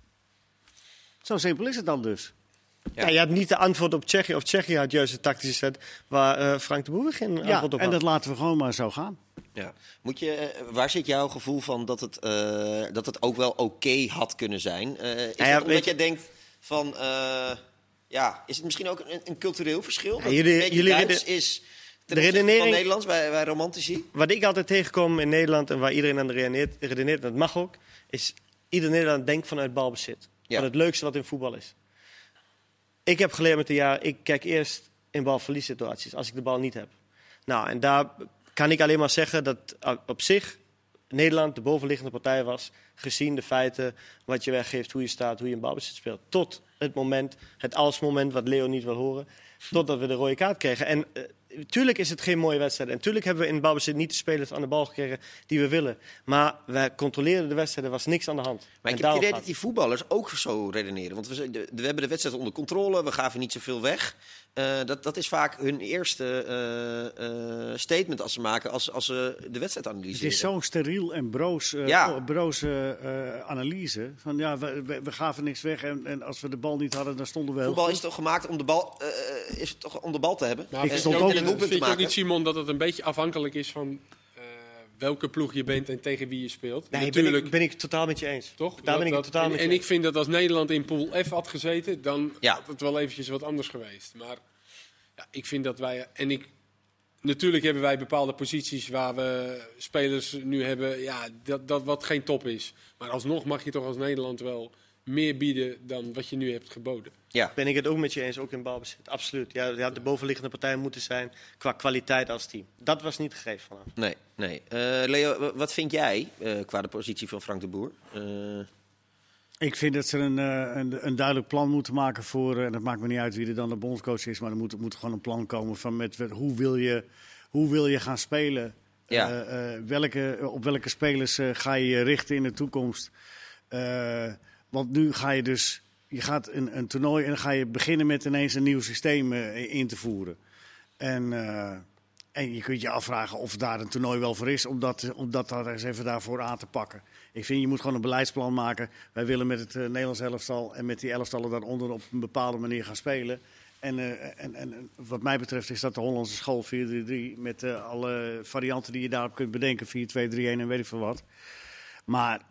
Zo simpel is het dan dus. Ja, je had niet de antwoord op Tsjechië. Of Tsjechië had juist de tactische set waar Frank de Boer geen antwoord op had. En dat laten we gewoon maar zo gaan. Ja. Waar zit jouw gevoel van dat het ook wel oké had kunnen zijn? Is het omdat jij denkt van... is het misschien ook een cultureel verschil? Dat jullie Duits is ten opzichte van Nederlands, wij romantici? Wat ik altijd tegenkom in Nederland en waar iedereen aan redeneert, dat mag ook, is ieder Nederland denkt vanuit balbezit. Ja. Van het leukste wat in voetbal is. Ik heb geleerd met de jaren, ik kijk eerst in balverliessituaties, als ik de bal niet heb. Nou, en daar kan ik alleen maar zeggen dat op zich Nederland de bovenliggende partij was, gezien de feiten, wat je weggeeft, hoe je staat, hoe je in balbezit speelt. Tot het moment, het als-moment, wat Leo niet wil horen, totdat we de rode kaart kregen. En tuurlijk is het geen mooie wedstrijd. En tuurlijk hebben we in balbezit niet de spelers aan de bal gekregen die we willen. Maar wij controleerden de wedstrijd, er was niks aan de hand. Maar ik heb het idee dat die voetballers ook zo redeneren. Want we hebben de wedstrijd onder controle, we gaven niet zoveel weg. Dat is vaak hun eerste statement als ze maken, als ze de wedstrijd analyseren. Het is zo'n steriel en broze analyse. Van we gaven niks weg en als we de bal niet hadden, dan stonden we heel Voetbal goed. is toch gemaakt om de bal te hebben? Maar vind je ook niet, Simon, dat het een beetje afhankelijk is van welke ploeg je bent en tegen wie je speelt? Nee, natuurlijk ben ik totaal met je eens. Toch? Daar ben ik totaal met je eens. En ik vind dat als Nederland in pool F had gezeten, dan had het wel eventjes wat anders geweest. Maar ik vind dat wij... Natuurlijk hebben wij bepaalde posities waar we spelers nu hebben, dat wat geen top is. Maar alsnog mag je toch als Nederland wel meer bieden dan wat je nu hebt geboden. Ja. Ben ik het ook met je eens, ook in balbezit. Absoluut. Ja, de bovenliggende partij moeten zijn qua kwaliteit als team. Dat was niet gegeven vanaf. Nee. Leo, wat vind jij qua de positie van Frank de Boer? Ik vind dat ze een duidelijk plan moeten maken voor... en het maakt me niet uit wie er dan de bondscoach is... maar er moet gewoon een plan komen van hoe wil je gaan spelen? Ja. Op welke spelers ga je je richten in de toekomst? Want nu ga je dus... Je gaat een toernooi en dan ga je beginnen met ineens een nieuw systeem in te voeren. En je kunt je afvragen of daar een toernooi wel voor is om dat daar eens even daarvoor aan te pakken. Ik vind, je moet gewoon een beleidsplan maken. Wij willen met het Nederlands elftal en met die elftallen daaronder op een bepaalde manier gaan spelen. En wat mij betreft is dat de Hollandse school 4-3-3 met alle varianten die je daarop kunt bedenken. 4-2-3-1 en weet ik veel wat. Maar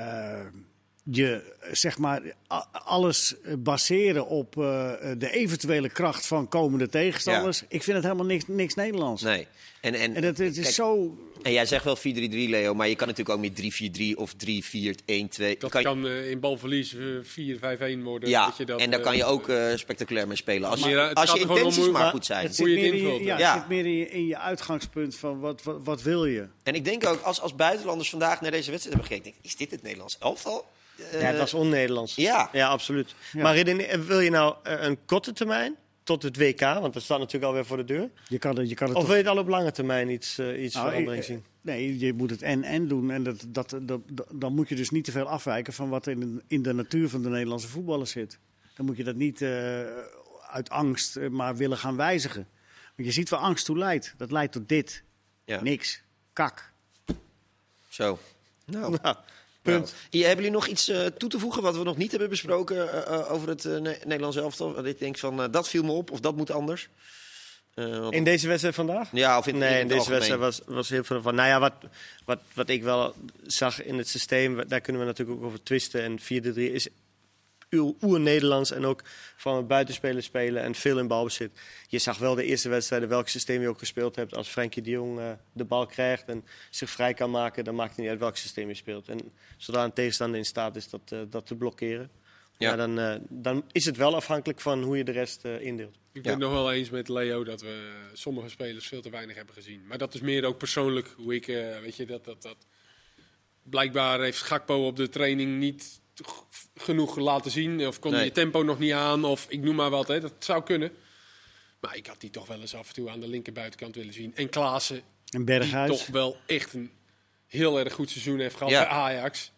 alles baseren op de eventuele kracht van komende tegenstanders. Ja. Ik vind het helemaal niks Nederlands. Nee. En het is kijk, zo... En jij zegt wel 4-3-3, Leo, maar je kan natuurlijk ook met 3-4-3 of 3-4-1-2... Dat kan in balverlies 4-5-1 worden. Ja, dat je dat, en daar kan je ook spectaculair mee spelen. Als je intenties maar goed zijn. Het zit meer in je uitgangspunt van wat wil je. En ik denk ook, als buitenlanders vandaag naar deze wedstrijd hebben gekeken... Is dit het Nederlands elftal? Ja, het was on-Nederlands. Ja, absoluut. Ja. Maar wil je nou een korte termijn tot het WK? Want dat staat natuurlijk alweer voor de deur. Je kan het of wil je het al op lange termijn iets verandering zien? Nee, je moet het en doen. En dan moet je dus niet te veel afwijken van wat in de natuur van de Nederlandse voetballer zit. Dan moet je dat niet uit angst maar willen gaan wijzigen. Want je ziet waar angst toe leidt. Dat leidt tot dit. Ja. Niks. Kak. Zo. Nou. Punt. Hebben jullie nog iets toe te voegen wat we nog niet hebben besproken over het Nederlands elftal? Dat ik denk van, dat viel me op of dat moet anders? In deze wedstrijd vandaag? Ja, of in deze wedstrijd was heel veel van. Nou ja, wat ik wel zag in het systeem, daar kunnen we natuurlijk ook over twisten. En 4-3 is oer-Nederlands en ook van buitenspelers spelen en veel in balbezit. Je zag wel de eerste wedstrijden, welk systeem je ook gespeeld hebt. Als Frenkie de Jong de bal krijgt en zich vrij kan maken, dan maakt het niet uit welk systeem je speelt. En zodra een tegenstander in staat is dat te blokkeren, dan is het wel afhankelijk van hoe je de rest indeelt. Ik ben het nog wel eens met Leo dat we sommige spelers veel te weinig hebben gezien. Maar dat is meer ook persoonlijk hoe ik, blijkbaar heeft Gakpo op de training niet genoeg laten zien. Of kon hij je tempo nog niet aan. Of ik noem maar wat. Hè. Dat zou kunnen. Maar ik had die toch wel eens af en toe aan de linkerbuitenkant willen zien. En Klaassen, En Berghuis. die toch wel echt een heel erg goed seizoen heeft gehad bij Ajax.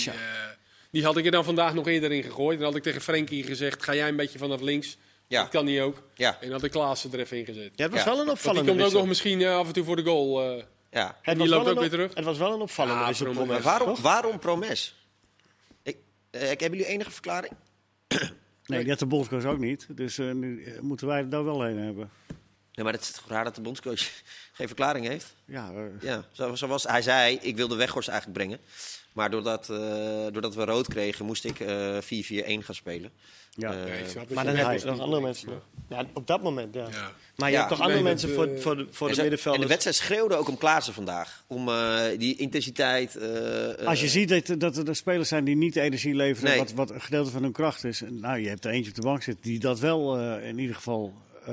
Die had ik er dan vandaag nog eerder in gegooid. Dan had ik tegen Frenkie gezegd, ga jij een beetje vanaf links. Ja. Dat kan niet ook. Ja. En had ik Klaassen er even in gezet. Ja, het was wel een Want opvallende die komt ook wissel. nog misschien af en toe voor de goal. Ja. En die loopt ook weer terug. Het was wel een opvallende wissel. Promes. Promes. Waarom Promes? Hebben jullie enige verklaring? Nee, die had de bondscoach ook niet. Dus nu moeten wij er daar wel een hebben. Nee, maar het is toch raar dat de bondscoach geen verklaring heeft? Ja, Ja, zoals hij zei, ik wilde Weghorst eigenlijk brengen. Maar doordat we rood kregen, moest ik 4-4-1 gaan spelen. ja. Ja, ik snap het. Maar dan Ja. heb je nog andere mensen. Ja, op dat moment, ja. Ja. Maar je Ja. hebt toch andere Nee, mensen dat, voor de En de middenvelders. wedstrijd schreeuwde ook om Klaassen vandaag. Om die intensiteit. Als je ziet dat er spelers zijn die niet de energie leveren, Nee. wat een gedeelte van hun kracht is. Nou, je hebt er eentje op de bank zitten die dat wel in ieder geval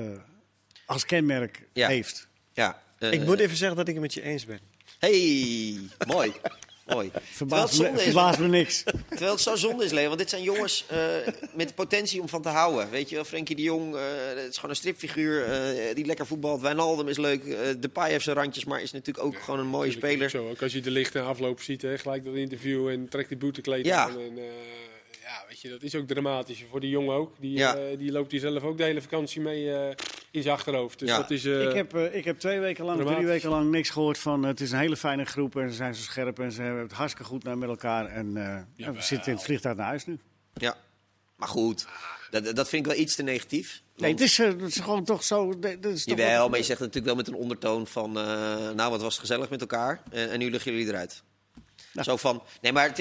als kenmerk heeft. Ja, Ik moet even zeggen dat ik het met je eens ben. Hey, mooi. Mooi. Verbaast me niks. Terwijl het zo zonde is, Leo. Want dit zijn jongens met de potentie om van te houden. Weet je wel, Frenkie de Jong, het is gewoon een stripfiguur die lekker voetbalt. Wijnaldum is leuk. Depay heeft zijn randjes, maar is natuurlijk ook gewoon een mooie speler. Zo, ook als je de lichte afloop ziet, hè, gelijk dat interview en trekt die boetekleed Ja. aan. En, weet je, dat is ook dramatisch. Voor die jongen ook. Ja. Die loopt hier zelf ook de hele vakantie mee in zijn achterhoofd. Dus Ja. dat is... Ik heb 2 weken lang, dramatisch. 3 weken lang niks gehoord van. Het is een hele fijne groep en ze zijn zo scherp en ze hebben het hartstikke goed met elkaar. En we zitten in het vliegtuig naar huis nu. Ja, maar goed. Dat vind ik wel iets te negatief. Nee, het is gewoon toch zo. Dat is toch Jawel, wat- maar je zegt het natuurlijk wel met een ondertoon van... nou, wat was het gezellig met elkaar. En nu liggen jullie eruit. Ja. Zo van... Nee, maar het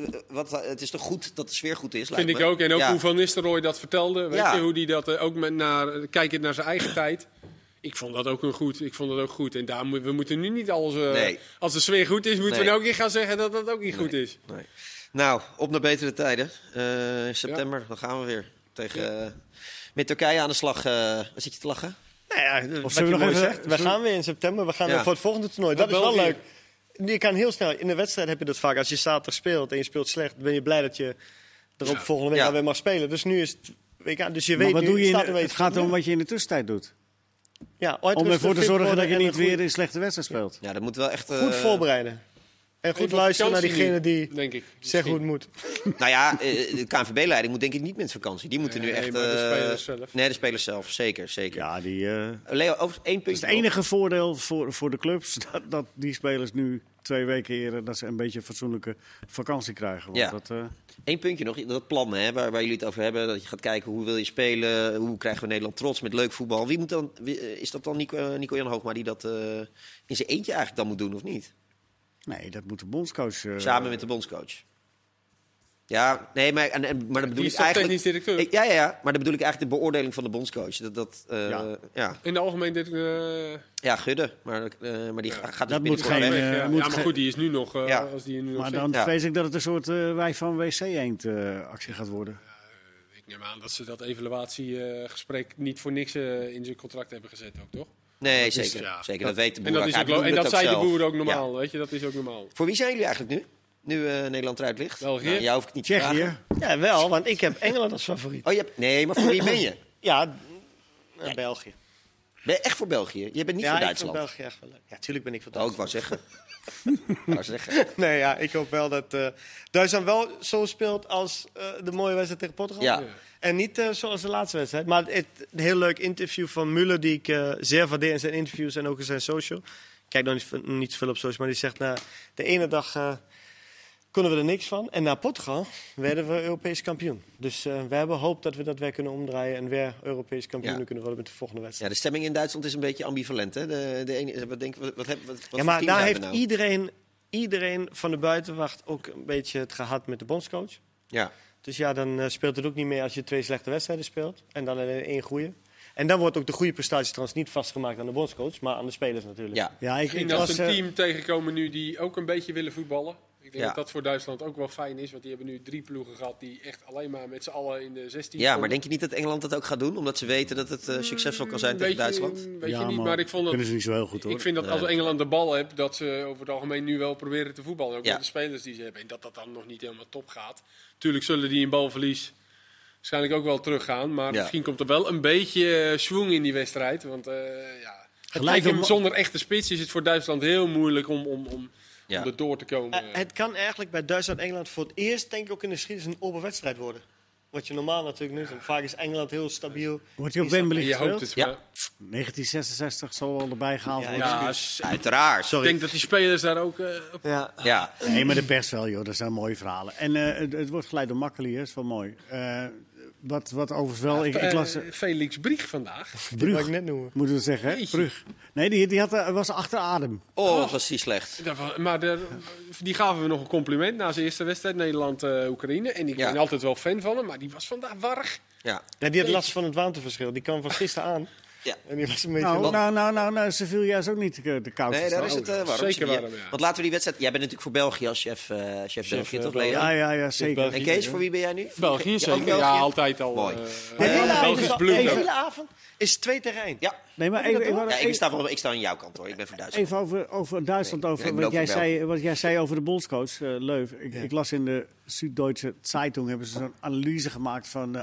is toch goed dat de sfeer goed is, lijkt Vind ik me. ook. En ook Ja. hoe Van Nistelrooy dat vertelde. Weet Ja. je, hoe die dat ook kijkend naar zijn eigen tijd. Ik vond dat ook goed. En we moeten nu niet alles... Nee. Als de sfeer goed is, moeten Nee. we nou ook niet gaan zeggen dat dat ook niet goed is. Nee. Nou, op naar betere tijden. In september, dan gaan we weer tegen... met Turkije aan de slag. Wat zit je te lachen? Nou ja, Of wat zullen je we nog mooi even- zegt. We gaan weer in september. We gaan Ja. weer voor het volgende toernooi. Dat is wel België. leuk. Je kan heel snel... In de wedstrijd heb je dat vaak. Als je zaterdag speelt en je speelt slecht, ben je blij dat je er ook volgende week Ja. alweer mag spelen. Dus nu is het WK. Dus je Maar weet wat nu, doe je? staat er weer Het gaat om wat je in de tussentijd doet. Ja, Om uitrusten, ervoor te fit zorgen worden dat je en niet goed- weer een slechte wedstrijd speelt. Ja, dat moet wel echt... Goed voorbereiden. En goed Even luisteren naar vakantie diegene nu, die denk ik. zeggen hoe het moet. Nou ja, de KNVB-leiding moet denk ik niet met vakantie. Die moeten nu Nee, echt... maar de spelers zelf. Nee, de spelers zelf. Zeker. Ja, Leo, over één dat puntje. is het enige voordeel voor de clubs. Dat die spelers nu 2 weken eerder dat ze een beetje een fatsoenlijke vakantie krijgen. Want Ja. dat, Eén puntje nog, dat plan hè, waar jullie het over hebben. Dat je gaat kijken hoe wil je spelen, hoe krijgen we Nederland trots met leuk voetbal. Is dat dan Nico-Jan Hoogma die dat in zijn eentje eigenlijk dan moet doen of niet? nee, dat moet de bondscoach. Samen met de bondscoach. Ja, nee, maar dat bedoel Die ik is toch eigenlijk... technisch directeur? Ja, maar dan bedoel ik eigenlijk de beoordeling van de bondscoach. Ja. In de algemeen Ja, Gudde, maar die gaat dus Dat moet binnenkort geen, weg. ja, moet maar ge- goed, die is nu nog... Ja. Als die er nu nog maar zit. dan Ja. vrees ik dat het een soort wij van WC-eend actie gaat worden. Ik neem aan dat ze dat evaluatiegesprek niet voor niks in zijn contract hebben gezet ook, toch? Nee, zeker. ja. Zeker, dat weet de En boer. dat, is Hij ook, bedoelde en het dat ook zei de zelf. boer ook normaal, Ja. weet je, dat is ook normaal. Voor wie zijn jullie eigenlijk nu? Nu Nederland eruit ligt? België. Nou, jou hoef ik niet te Tsjechië. vragen. Ja, wel, want ik heb Engeland als favoriet. Oh, nee, maar voor wie ben je? Ja, België. Ben je echt voor België? Je bent niet Ja, voor ik Duitsland? vind België echt wel leuk. Ja, tuurlijk ben ik voor Oh, ik Duitsland. wou zeggen. Nee, ja, ik hoop wel dat Duitsland wel zo speelt als de mooie wedstrijd tegen Portugal. Ja. En niet zoals de laatste wedstrijd. Maar een heel leuk interview van Müller, die ik zeer waardeer in zijn interviews en ook in zijn social. Ik kijk nog niet zoveel op social, maar die zegt, de ene dag konden we er niks van. En na Portugal werden we Europees kampioen. Dus we hebben hoop dat we dat weer kunnen omdraaien en weer Europees kampioen Ja. kunnen worden met de volgende Ja, wedstrijd. de stemming in Duitsland is een beetje ambivalent. Hè? De ene, wat Ja, voor maar team daar zijn heeft we nou? iedereen van de buitenwacht ook een beetje het gehad met de bondscoach. Ja. Dus ja, dan speelt het ook niet meer als je 2 slechte wedstrijden speelt. En dan alleen 1 goede. En dan wordt ook de goede prestatie trouwens niet vastgemaakt aan de bondscoach, maar aan de spelers natuurlijk. Ja. Ja, ik Misschien als was, ze een team tegenkomen nu die ook een beetje willen voetballen. Ik denk dat dat voor Duitsland ook wel fijn is. Want die hebben nu 3 ploegen gehad die echt alleen maar met z'n allen in de 16 Ja, maar komen. denk je niet dat Engeland dat ook gaat doen? Omdat ze weten dat het succesvol kan zijn tegen Duitsland? Weet je niet, maar ik vond kunnen dat... ze niet zo heel goed, hoor. Ik vind dat als Engeland de bal heeft, dat ze over het algemeen nu wel proberen te voetballen. Ook Ja. met de spelers die ze hebben. En dat dat dan nog niet helemaal top gaat. Tuurlijk zullen die in balverlies waarschijnlijk ook wel teruggaan. Maar Ja. misschien komt er wel een beetje schwung in die wedstrijd. Want Gelijk om- zonder echte spits is het voor Duitsland heel moeilijk om er door te komen. Het kan eigenlijk bij Duitsland-Engeland voor het eerst, denk ik ook in de geschiedenis, een open wedstrijd worden. Wat je normaal natuurlijk niet doet. Vaak is Engeland heel stabiel. Wordt hij op Wembley je hoopt gespeeld? het Ja. wel. 1966 zal wel erbij gehaald worden. Ja, Uiteraard. ik denk dat die spelers daar ook op... Ja. Ja. Nee, maar de pers wel, joh. Dat zijn mooie verhalen. En het wordt geleid door Makkeli, dat is wel mooi. Wat overigens wel... Ik las... Felix Brieg vandaag. Die wou Brug, ik net noemen. moeten we zeggen, hè? Jeetje. Brug. Nee, die was achter adem. Oh, was die slecht. Maar die gaven we nog een compliment na zijn eerste wedstrijd Nederland-Oekraïne. En ik Ja. ben altijd wel fan van hem, maar die was vandaag warrig. Ja. Ja, die had last van het warmteverschil. Die kwam van gisteren aan. Ja. En die was een beetje... Nou, Sevilla is ook niet de koudste Nee, daar is stad. het warm. Zeker Ja. warm, ja. Want laten we die wedstrijd... Jij bent natuurlijk voor België als chef België, toch, Leo? Ja, zeker. En Kees, voor wie ben jij nu? België Ja, ook zeker, België? ja, altijd al. Mooi. De hele avond, Belgisch bloed. de ook. hele avond is 2 terrein. Ja. Nee, maar Ik sta aan jouw kant, hoor. Ik ben voor Duitsland. even over Duitsland, Nee, over ik ben ook wat jij zei over de bondscoach, Leuf. Ik las in de Süddeutsche Zeitung, hebben ze zo'n analyse gemaakt van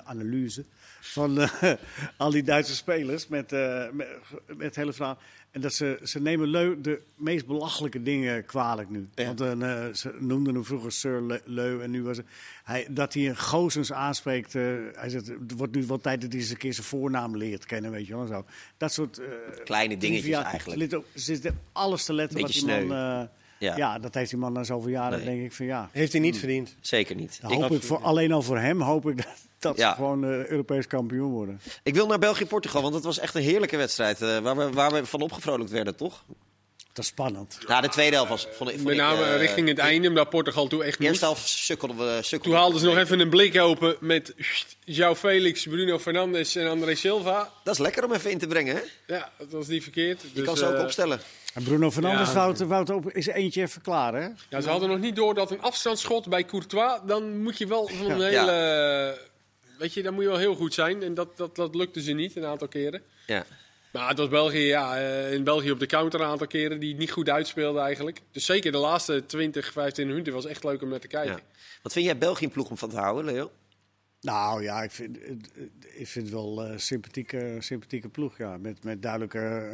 al die Duitse spelers met het hele verhaal. En dat ze nemen Leu de meest belachelijke dingen kwalijk nu. Ja. Want ze noemden hem vroeger Sir Leu en nu was dat hij een Gozens aanspreekt. Hij zegt, het wordt nu wel tijd dat hij eens een keer zijn voornaam leert kennen, weet je wel. Zo. Dat soort Kleine dingetjes trivia. eigenlijk. Ze zitten alles te letten wat Beetje die sneu. man... Ja. Ja, dat heeft die man na zoveel jaren, Nee. denk ik van ja. Heeft hij niet verdiend. Zeker niet. Dan hoop ik alleen al voor hem hoop ik dat Ja. ze gewoon Europees kampioen worden. Ik wil naar België-Portugal, want het was echt een heerlijke wedstrijd. Waar we van opgevrolijkt werden, toch? Dat is spannend. Nou, de tweede helft vond ik... Met name richting het einde, omdat Portugal toen echt De eerste moest. helft sukkelden we. Toen haalden ze nog even een blik open met João Felix, Bruno Fernandes en André Silva. Dat is lekker om even in te brengen, hè? Ja, dat was niet verkeerd. Je Dus, kan ze ook opstellen. En Bruno Fernandes Ja. wou het op is eentje even klaar, hè? Ja, ze hadden nog niet door dat een afstandsschot bij Courtois, dan moet je wel van een Ja. hele... Weet je, dan moet je wel heel goed zijn. En dat lukte ze niet een aantal keren. Ja. Maar het was België, in België op de counter een aantal keren die het niet goed uitspeelden eigenlijk. Dus zeker de laatste 20, 25 minuten was echt leuk om naar te kijken. Ja. Wat vind jij België een ploeg om van te houden, Leo? Nou ja, ik vind het wel een sympathieke ploeg. Ja. Met duidelijk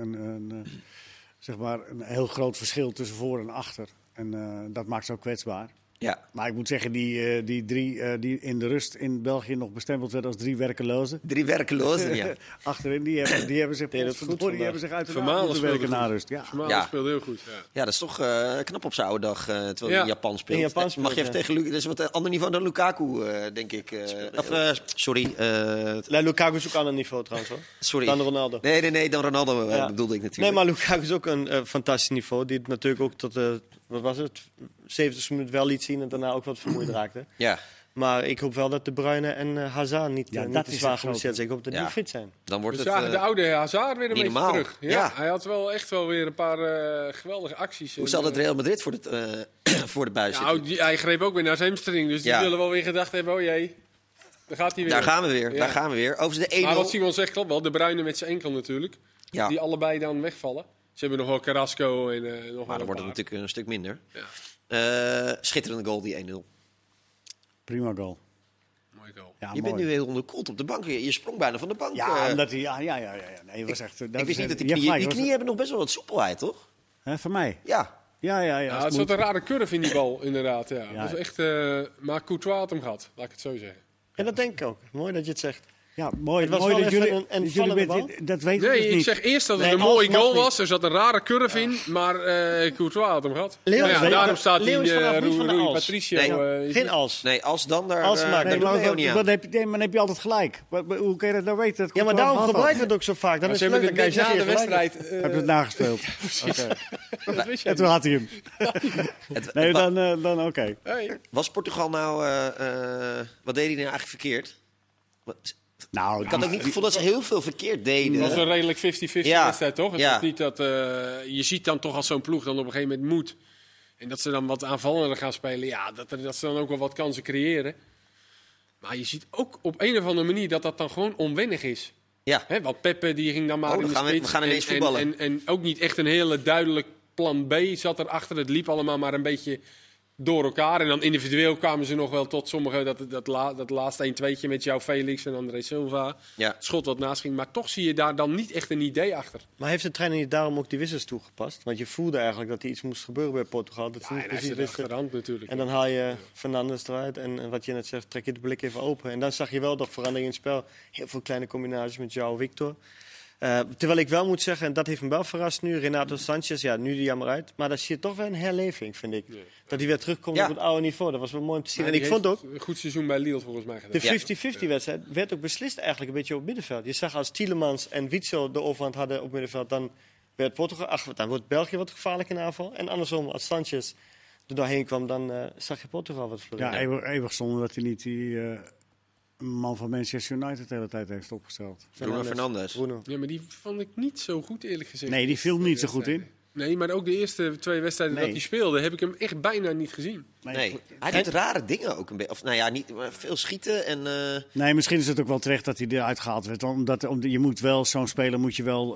zeg maar een heel groot verschil tussen voor en achter. En dat maakt ze ook kwetsbaar. Ja. Maar ik moet zeggen, die drie die in de rust in België nog bestempeld werden als 3 werkelozen. 3 werkelozen, ja. Achterin, die hebben zich, het goed vandaag. die hebben zich uit de Vermalen moeten speelde werken na goed. rust. Ja. Vermaelen Ja. speelde heel goed. Ja. Ja, dat is toch knap op zijn oude dag, terwijl hij Ja. in Japan speelt. In Japan speelt, Mag je even ja. tegen Lukaku... Dat is wat een ander niveau dan Lukaku, denk ik. Sorry. Lukaku is ook aan een niveau trouwens hoor. Sorry. Dan Ronaldo. Nee, dan Ronaldo Ja. bedoelde ik Nee, natuurlijk. maar Lukaku is ook een fantastisch niveau. Die het natuurlijk ook tot wat was het? 70 minuten wel liet zien en daarna ook wat vermoeid raakte. Ja, Maar ik hoop wel dat De Bruyne en Hazard niet dat te is zwaar het geblesseerd zijn. Ik hoop dat Ja. die fit zijn. dan wordt We het... zagen de oude Hazard weer een niet beetje normaal. terug. Ja, Ja. Hij had wel echt wel weer een paar geweldige acties. Hoe zal het Real Madrid voor de buis Nou, zitten? hij greep ook weer naar zijn hamstring. Dus die Ja. zullen wel weer gedacht hebben, oh jee, daar gaat hij weer. Daar gaan we weer. Ja. Daar gaan we weer. Overigens de 1-0. Maar wat Simon zegt klopt wel. De Bruyne met zijn enkel natuurlijk. Ja, Die allebei dan wegvallen. Ze hebben nog wel Carrasco en nog wel maar een dan wordt het paar. natuurlijk een stuk minder. Ja. Schitterende goal, die 1-0. Prima goal. Mooi goal. Ja, Je bent mooi. nu heel onderkoeld op de bank. Je sprong bijna van de bank. Ja, omdat hij... Ja. Nee, het was echt... ik wist niet dat je die hebt knieën... gelijk, Die was- knieën hebben nog best wel wat soepelheid, toch? Hè, van mij? Ja. Ja. Ja, het zat een rare curve in die bal, inderdaad. Ja. Ja. Dat was echt, maar Courtois had hem gehad, laat ik het zo zeggen. En dat denk ik ook. Mooi dat je het zegt. Ja, mooi. Het was mooi wel dat even jullie, een dat jullie vallende weten- dat weten we Nee, dus ik niet. zeg eerst dat het Nee, een mooie als mag goal niet. was. Er zat een rare curve in, maar Courtois had hem gehad. Leo Nou is ja, wel- daarom staat Leo is die vanaf niet van de Rui als. Patricio. Nee. Geen als. Nee, als dan daar... Als maar. daar Nee, doet maar Leo niet aan. dan heb je altijd gelijk. Hoe kun je dat nou weten? Dat Ja, maar komt wel daarom gehad gebruiken we het ook zo vaak. Dan Maar is ze het hebben leuk het dat net je na de gelijk. wedstrijd. Heb je het nagespeeld? Dat wist jij En toen niet. had hij hem. Nee, dan oké. Hey. Was Portugal nou... wat deed hij nou eigenlijk verkeerd? Nou, Ik had ook niet het gevoel dat ze heel veel verkeerd deden. Het was een redelijk 50-50 Ja. wedstrijd, toch? Het Ja. was niet dat, je ziet dan toch als zo'n ploeg dan op een gegeven moment moet. En dat ze dan wat aanvallender gaan spelen. Ja, dat ze dan ook wel wat kansen creëren. Maar je ziet ook op een of andere manier dat dan gewoon onwennig is. Ja. Want Peppe die ging dan maar in de spits. We gaan ineens voetballen. En ook niet echt een hele duidelijk plan B zat erachter. Het liep allemaal maar een beetje door elkaar. En dan individueel kwamen ze nog wel tot sommige... Dat laatste 1-2'tje met jou Felix en André Silva. Ja. Het schot wat naast ging. Maar toch zie je daar dan niet echt een idee achter. Maar heeft de trainer niet daarom ook die wissels toegepast? Want je voelde eigenlijk dat er iets moest gebeuren bij Portugal. Dat ze Ja, niet en hij precies zit wisten. achterhand natuurlijk. En dan haal je Fernandes eruit. En wat je net zegt, trek je de blik even open. En dan zag je wel toch verandering in het spel. Heel veel kleine combinaties met João Victor. Terwijl ik wel moet zeggen, en dat heeft me wel verrast nu, Renato Sanchez, ja, nu die jammer uit. Maar dan zie je toch wel een herleving, vind ik. Nee. Dat hij weer terugkomt op het oude niveau. Dat was wel mooi om te zien. Maar en die ik vond ook, heeft een goed seizoen bij Lille volgens mij gedaan. de 50-50 wedstrijd werd ook beslist eigenlijk een beetje op middenveld. Je zag als Tielemans en Witsel de overhand hadden op middenveld, dan werd Portugal, dan wordt België wat gevaarlijk in aanval. En andersom, als Sanchez er doorheen kwam, dan zag je Portugal wat floreren. Ja, eeuwig zonde dat hij niet die man van Manchester United de hele tijd heeft opgesteld. Bruno Fernandes. Bruno. Ja, maar die vond ik niet zo goed, eerlijk gezegd. Nee, die viel niet zo goed in. Nee, maar ook de eerste 2 wedstrijden Nee. dat hij speelde, heb ik hem echt bijna niet gezien. Nee. Hij doet rare dingen ook een beetje. Of nou ja, niet maar veel schieten en... Nee, misschien is het ook wel terecht dat hij eruit gehaald werd. Je moet wel, zo'n speler moet je wel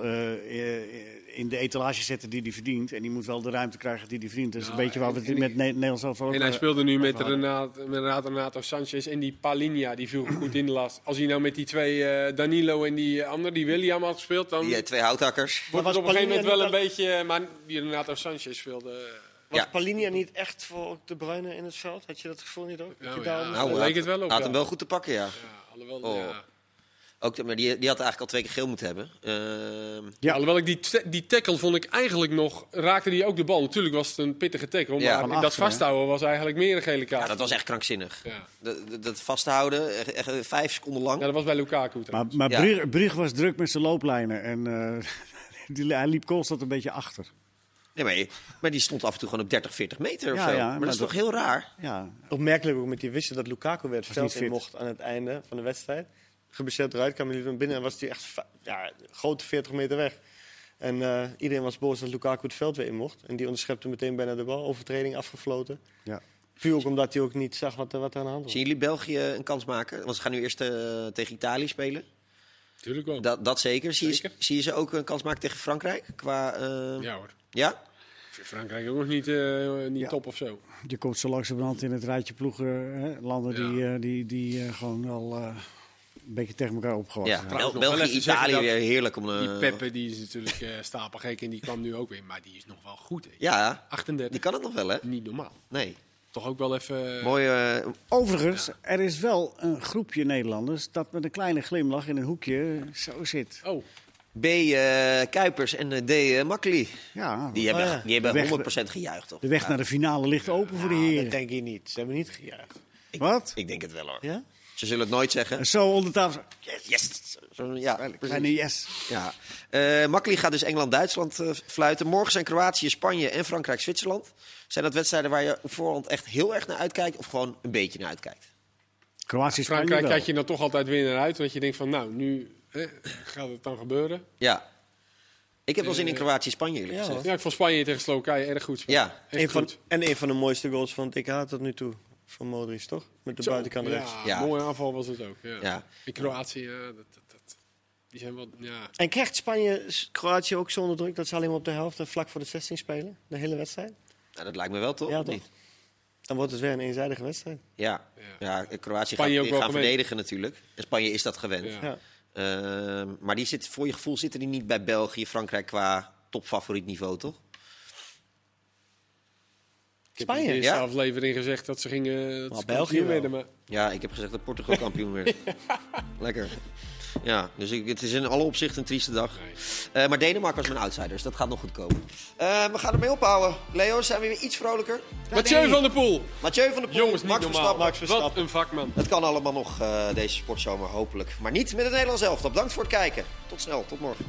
in de etalage zetten die hij verdient. En die moet wel de ruimte krijgen die hij verdient. Dat is een beetje waar we het met Nederlands zelf ook En hij speelde nu met hadden. Renato Sanchez en die Palinha, die viel goed in de last. Als hij nou met die 2 Danilo en die andere, die William had gespeeld, dan Die 2 houthakkers. wordt was het op een gegeven moment wel Palinha een beetje... Maar die Renato Sanchez speelde... Was Ja. Palinha niet echt voor De Bruyne in het veld? Had je dat gevoel niet ook? Dat je daar moest- daar leek het wel op. Hij had ja. hem wel goed te pakken, ja. Ja, alhoewel, Oh. ja. Ook, maar die had eigenlijk al 2 keer geel moeten hebben. Ja, alhoewel ik die tackle vond ik eigenlijk nog... Raakte die ook de bal. Natuurlijk was het een pittige tackle. Ja. Maar Van dat achter, vasthouden was eigenlijk meer een gele kaart. Ja, dat was echt krankzinnig. Ja. Dat vasthouden, echt 5 seconden lang. Ja, dat was bij Lukaku trouwens. Maar Ja. Brugge was druk met zijn looplijnen. En hij liep constant een beetje achter. Nee, maar die stond af en toe gewoon op 30, 40 meter of Ja, zo. ja, maar maar dat is toch heel raar? Ja, Opmerkelijk ook met die wissel dat Lukaku werd niet veld in fit. mocht aan het einde van de wedstrijd. Geblesseerd eruit, kwam hij dan binnen en was hij echt grote 40 meter weg. En iedereen was boos dat Lukaku het veld weer in mocht. En die onderschepte meteen bijna de bal. Overtreding afgefloten. ja. Puur ook omdat hij ook niet zag wat er aan de hand was. Zien jullie België een kans maken? Want ze gaan nu eerst tegen Italië spelen. Tuurlijk wel. Dat zeker. Zeker. Zie je ze ook een kans maken tegen Frankrijk? Ja hoor. Ja? Ik vind Frankrijk ook nog niet Ja. top of zo. Je komt zo langzamerhand in het rijtje ploegen. Landen die gewoon wel een beetje tegen elkaar opgewassen Ja. zijn. Trouwens, nog wel België, even zeggen Italië dat weer heerlijk om... Die Peppe die is natuurlijk stapelgek en die kwam nu ook weer. Maar die is nog wel goed. Hè. Ja, 38. die kan het nog wel, hè? Niet normaal. Nee. Toch ook wel even... Mooi. Overigens, er is wel een groepje Nederlanders dat met een kleine glimlach in een hoekje zo zit. Oh, B. Kuipers en D. Makkely. Ja, Die hebben, ja. die hebben Weg- 100% gejuicht, toch? de weg naar de finale ligt open voor de heren. Dat denk je niet. Ze hebben niet gejuicht. Wat? Ik denk het wel, hoor. Ja? Ze zullen het nooit zeggen. Zo onder tafel. Yes! Ja, precies. Kleine yes. Ja. Makkely gaat dus Engeland-Duitsland fluiten. Morgen zijn Kroatië, Spanje en Frankrijk-Zwitserland. Zijn dat wedstrijden waar je op voorhand echt heel erg naar uitkijkt... of gewoon een beetje naar uitkijkt? Kroatië, Spanje Frankrijk wel. kijk je dan toch altijd weer naar uit. Want je denkt van nou, nu gaat het dan gebeuren. Ja. Ik heb wel zin in Kroatië-Spanje, eerlijk ja, gezegd. Ja, ik vond Spanje tegen Slowakije erg goed spelen. Ja. Echt goed. Een van de mooiste goals van het EK tot nu toe. Van Modric, toch? Met de Zo, buitenkant rechts. Ja. mooie aanval was het ook. Ja. Ja. In Kroatië, die zijn wel... Ja. En krijgt Spanje, Kroatië ook zo onder druk dat ze alleen maar op de helft en vlak voor de 16 spelen? De hele wedstrijd? Nou, dat lijkt me wel, toch? Ja, Of toch? niet? Dan wordt het weer een eenzijdige wedstrijd. Ja. Ja. Kroatië Spanje ook gaat wel gaan gewend. verdedigen natuurlijk. En Spanje is dat gewend. Ja. Ja. Maar die zit, voor je gevoel zitten die niet bij België, Frankrijk qua topfavoriet niveau, toch? Ik heb Spanje, in de eerste ja? aflevering gezegd dat ze gingen... dat Maar ze België kampioen wel. werden, maar Ja, ik heb gezegd dat Portugal kampioen werd. Lekker. Ja, dus het is in alle opzichten een trieste dag. Maar Denemarken was mijn outsider, dus dat gaat nog goed komen. We gaan ermee ophouden. Leo, zijn we weer iets vrolijker? Mathieu van der Poel. Mathieu van der Poel, Jongens, niet Max normaal. Verstappen. Max Verstappen. Wat een vakman. Het kan allemaal nog deze sportzomer, hopelijk. Maar niet met het Nederlands elftal. Bedankt voor het kijken. Tot snel, tot morgen.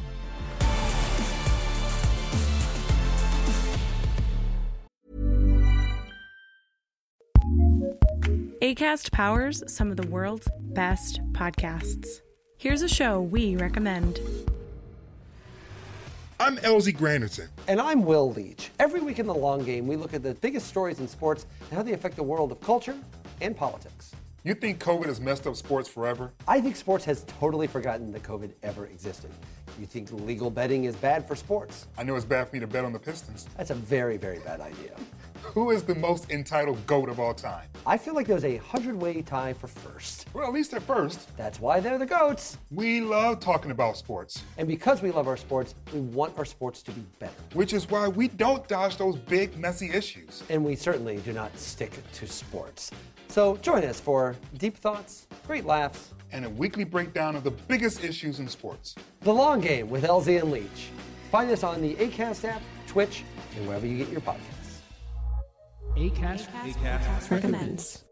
Acast powers some of the world's best podcasts. Here's a show we recommend. I'm LZ Granderson. And I'm Will Leach. Every week in The Long Game, we look at the biggest stories in sports and how they affect the world of culture and politics. You think COVID has messed up sports forever? I think sports has totally forgotten that COVID ever existed. You think legal betting is bad for sports? I know it's bad for me to bet on the Pistons. That's a very, very bad idea. Who is the most entitled GOAT of all time? I feel like there's a 100-way tie for first. Well, at least at first. That's why they're the GOATs. We love talking about sports. And because we love our sports, we want our sports to be better. Which is why we don't dodge those big, messy issues. And we certainly do not stick to sports. So join us for deep thoughts, great laughs, and a weekly breakdown of the biggest issues in sports. The Long Game with LZ and Leach. Find us on the Acast app, Twitch, and wherever you get your podcasts. Acast recommends.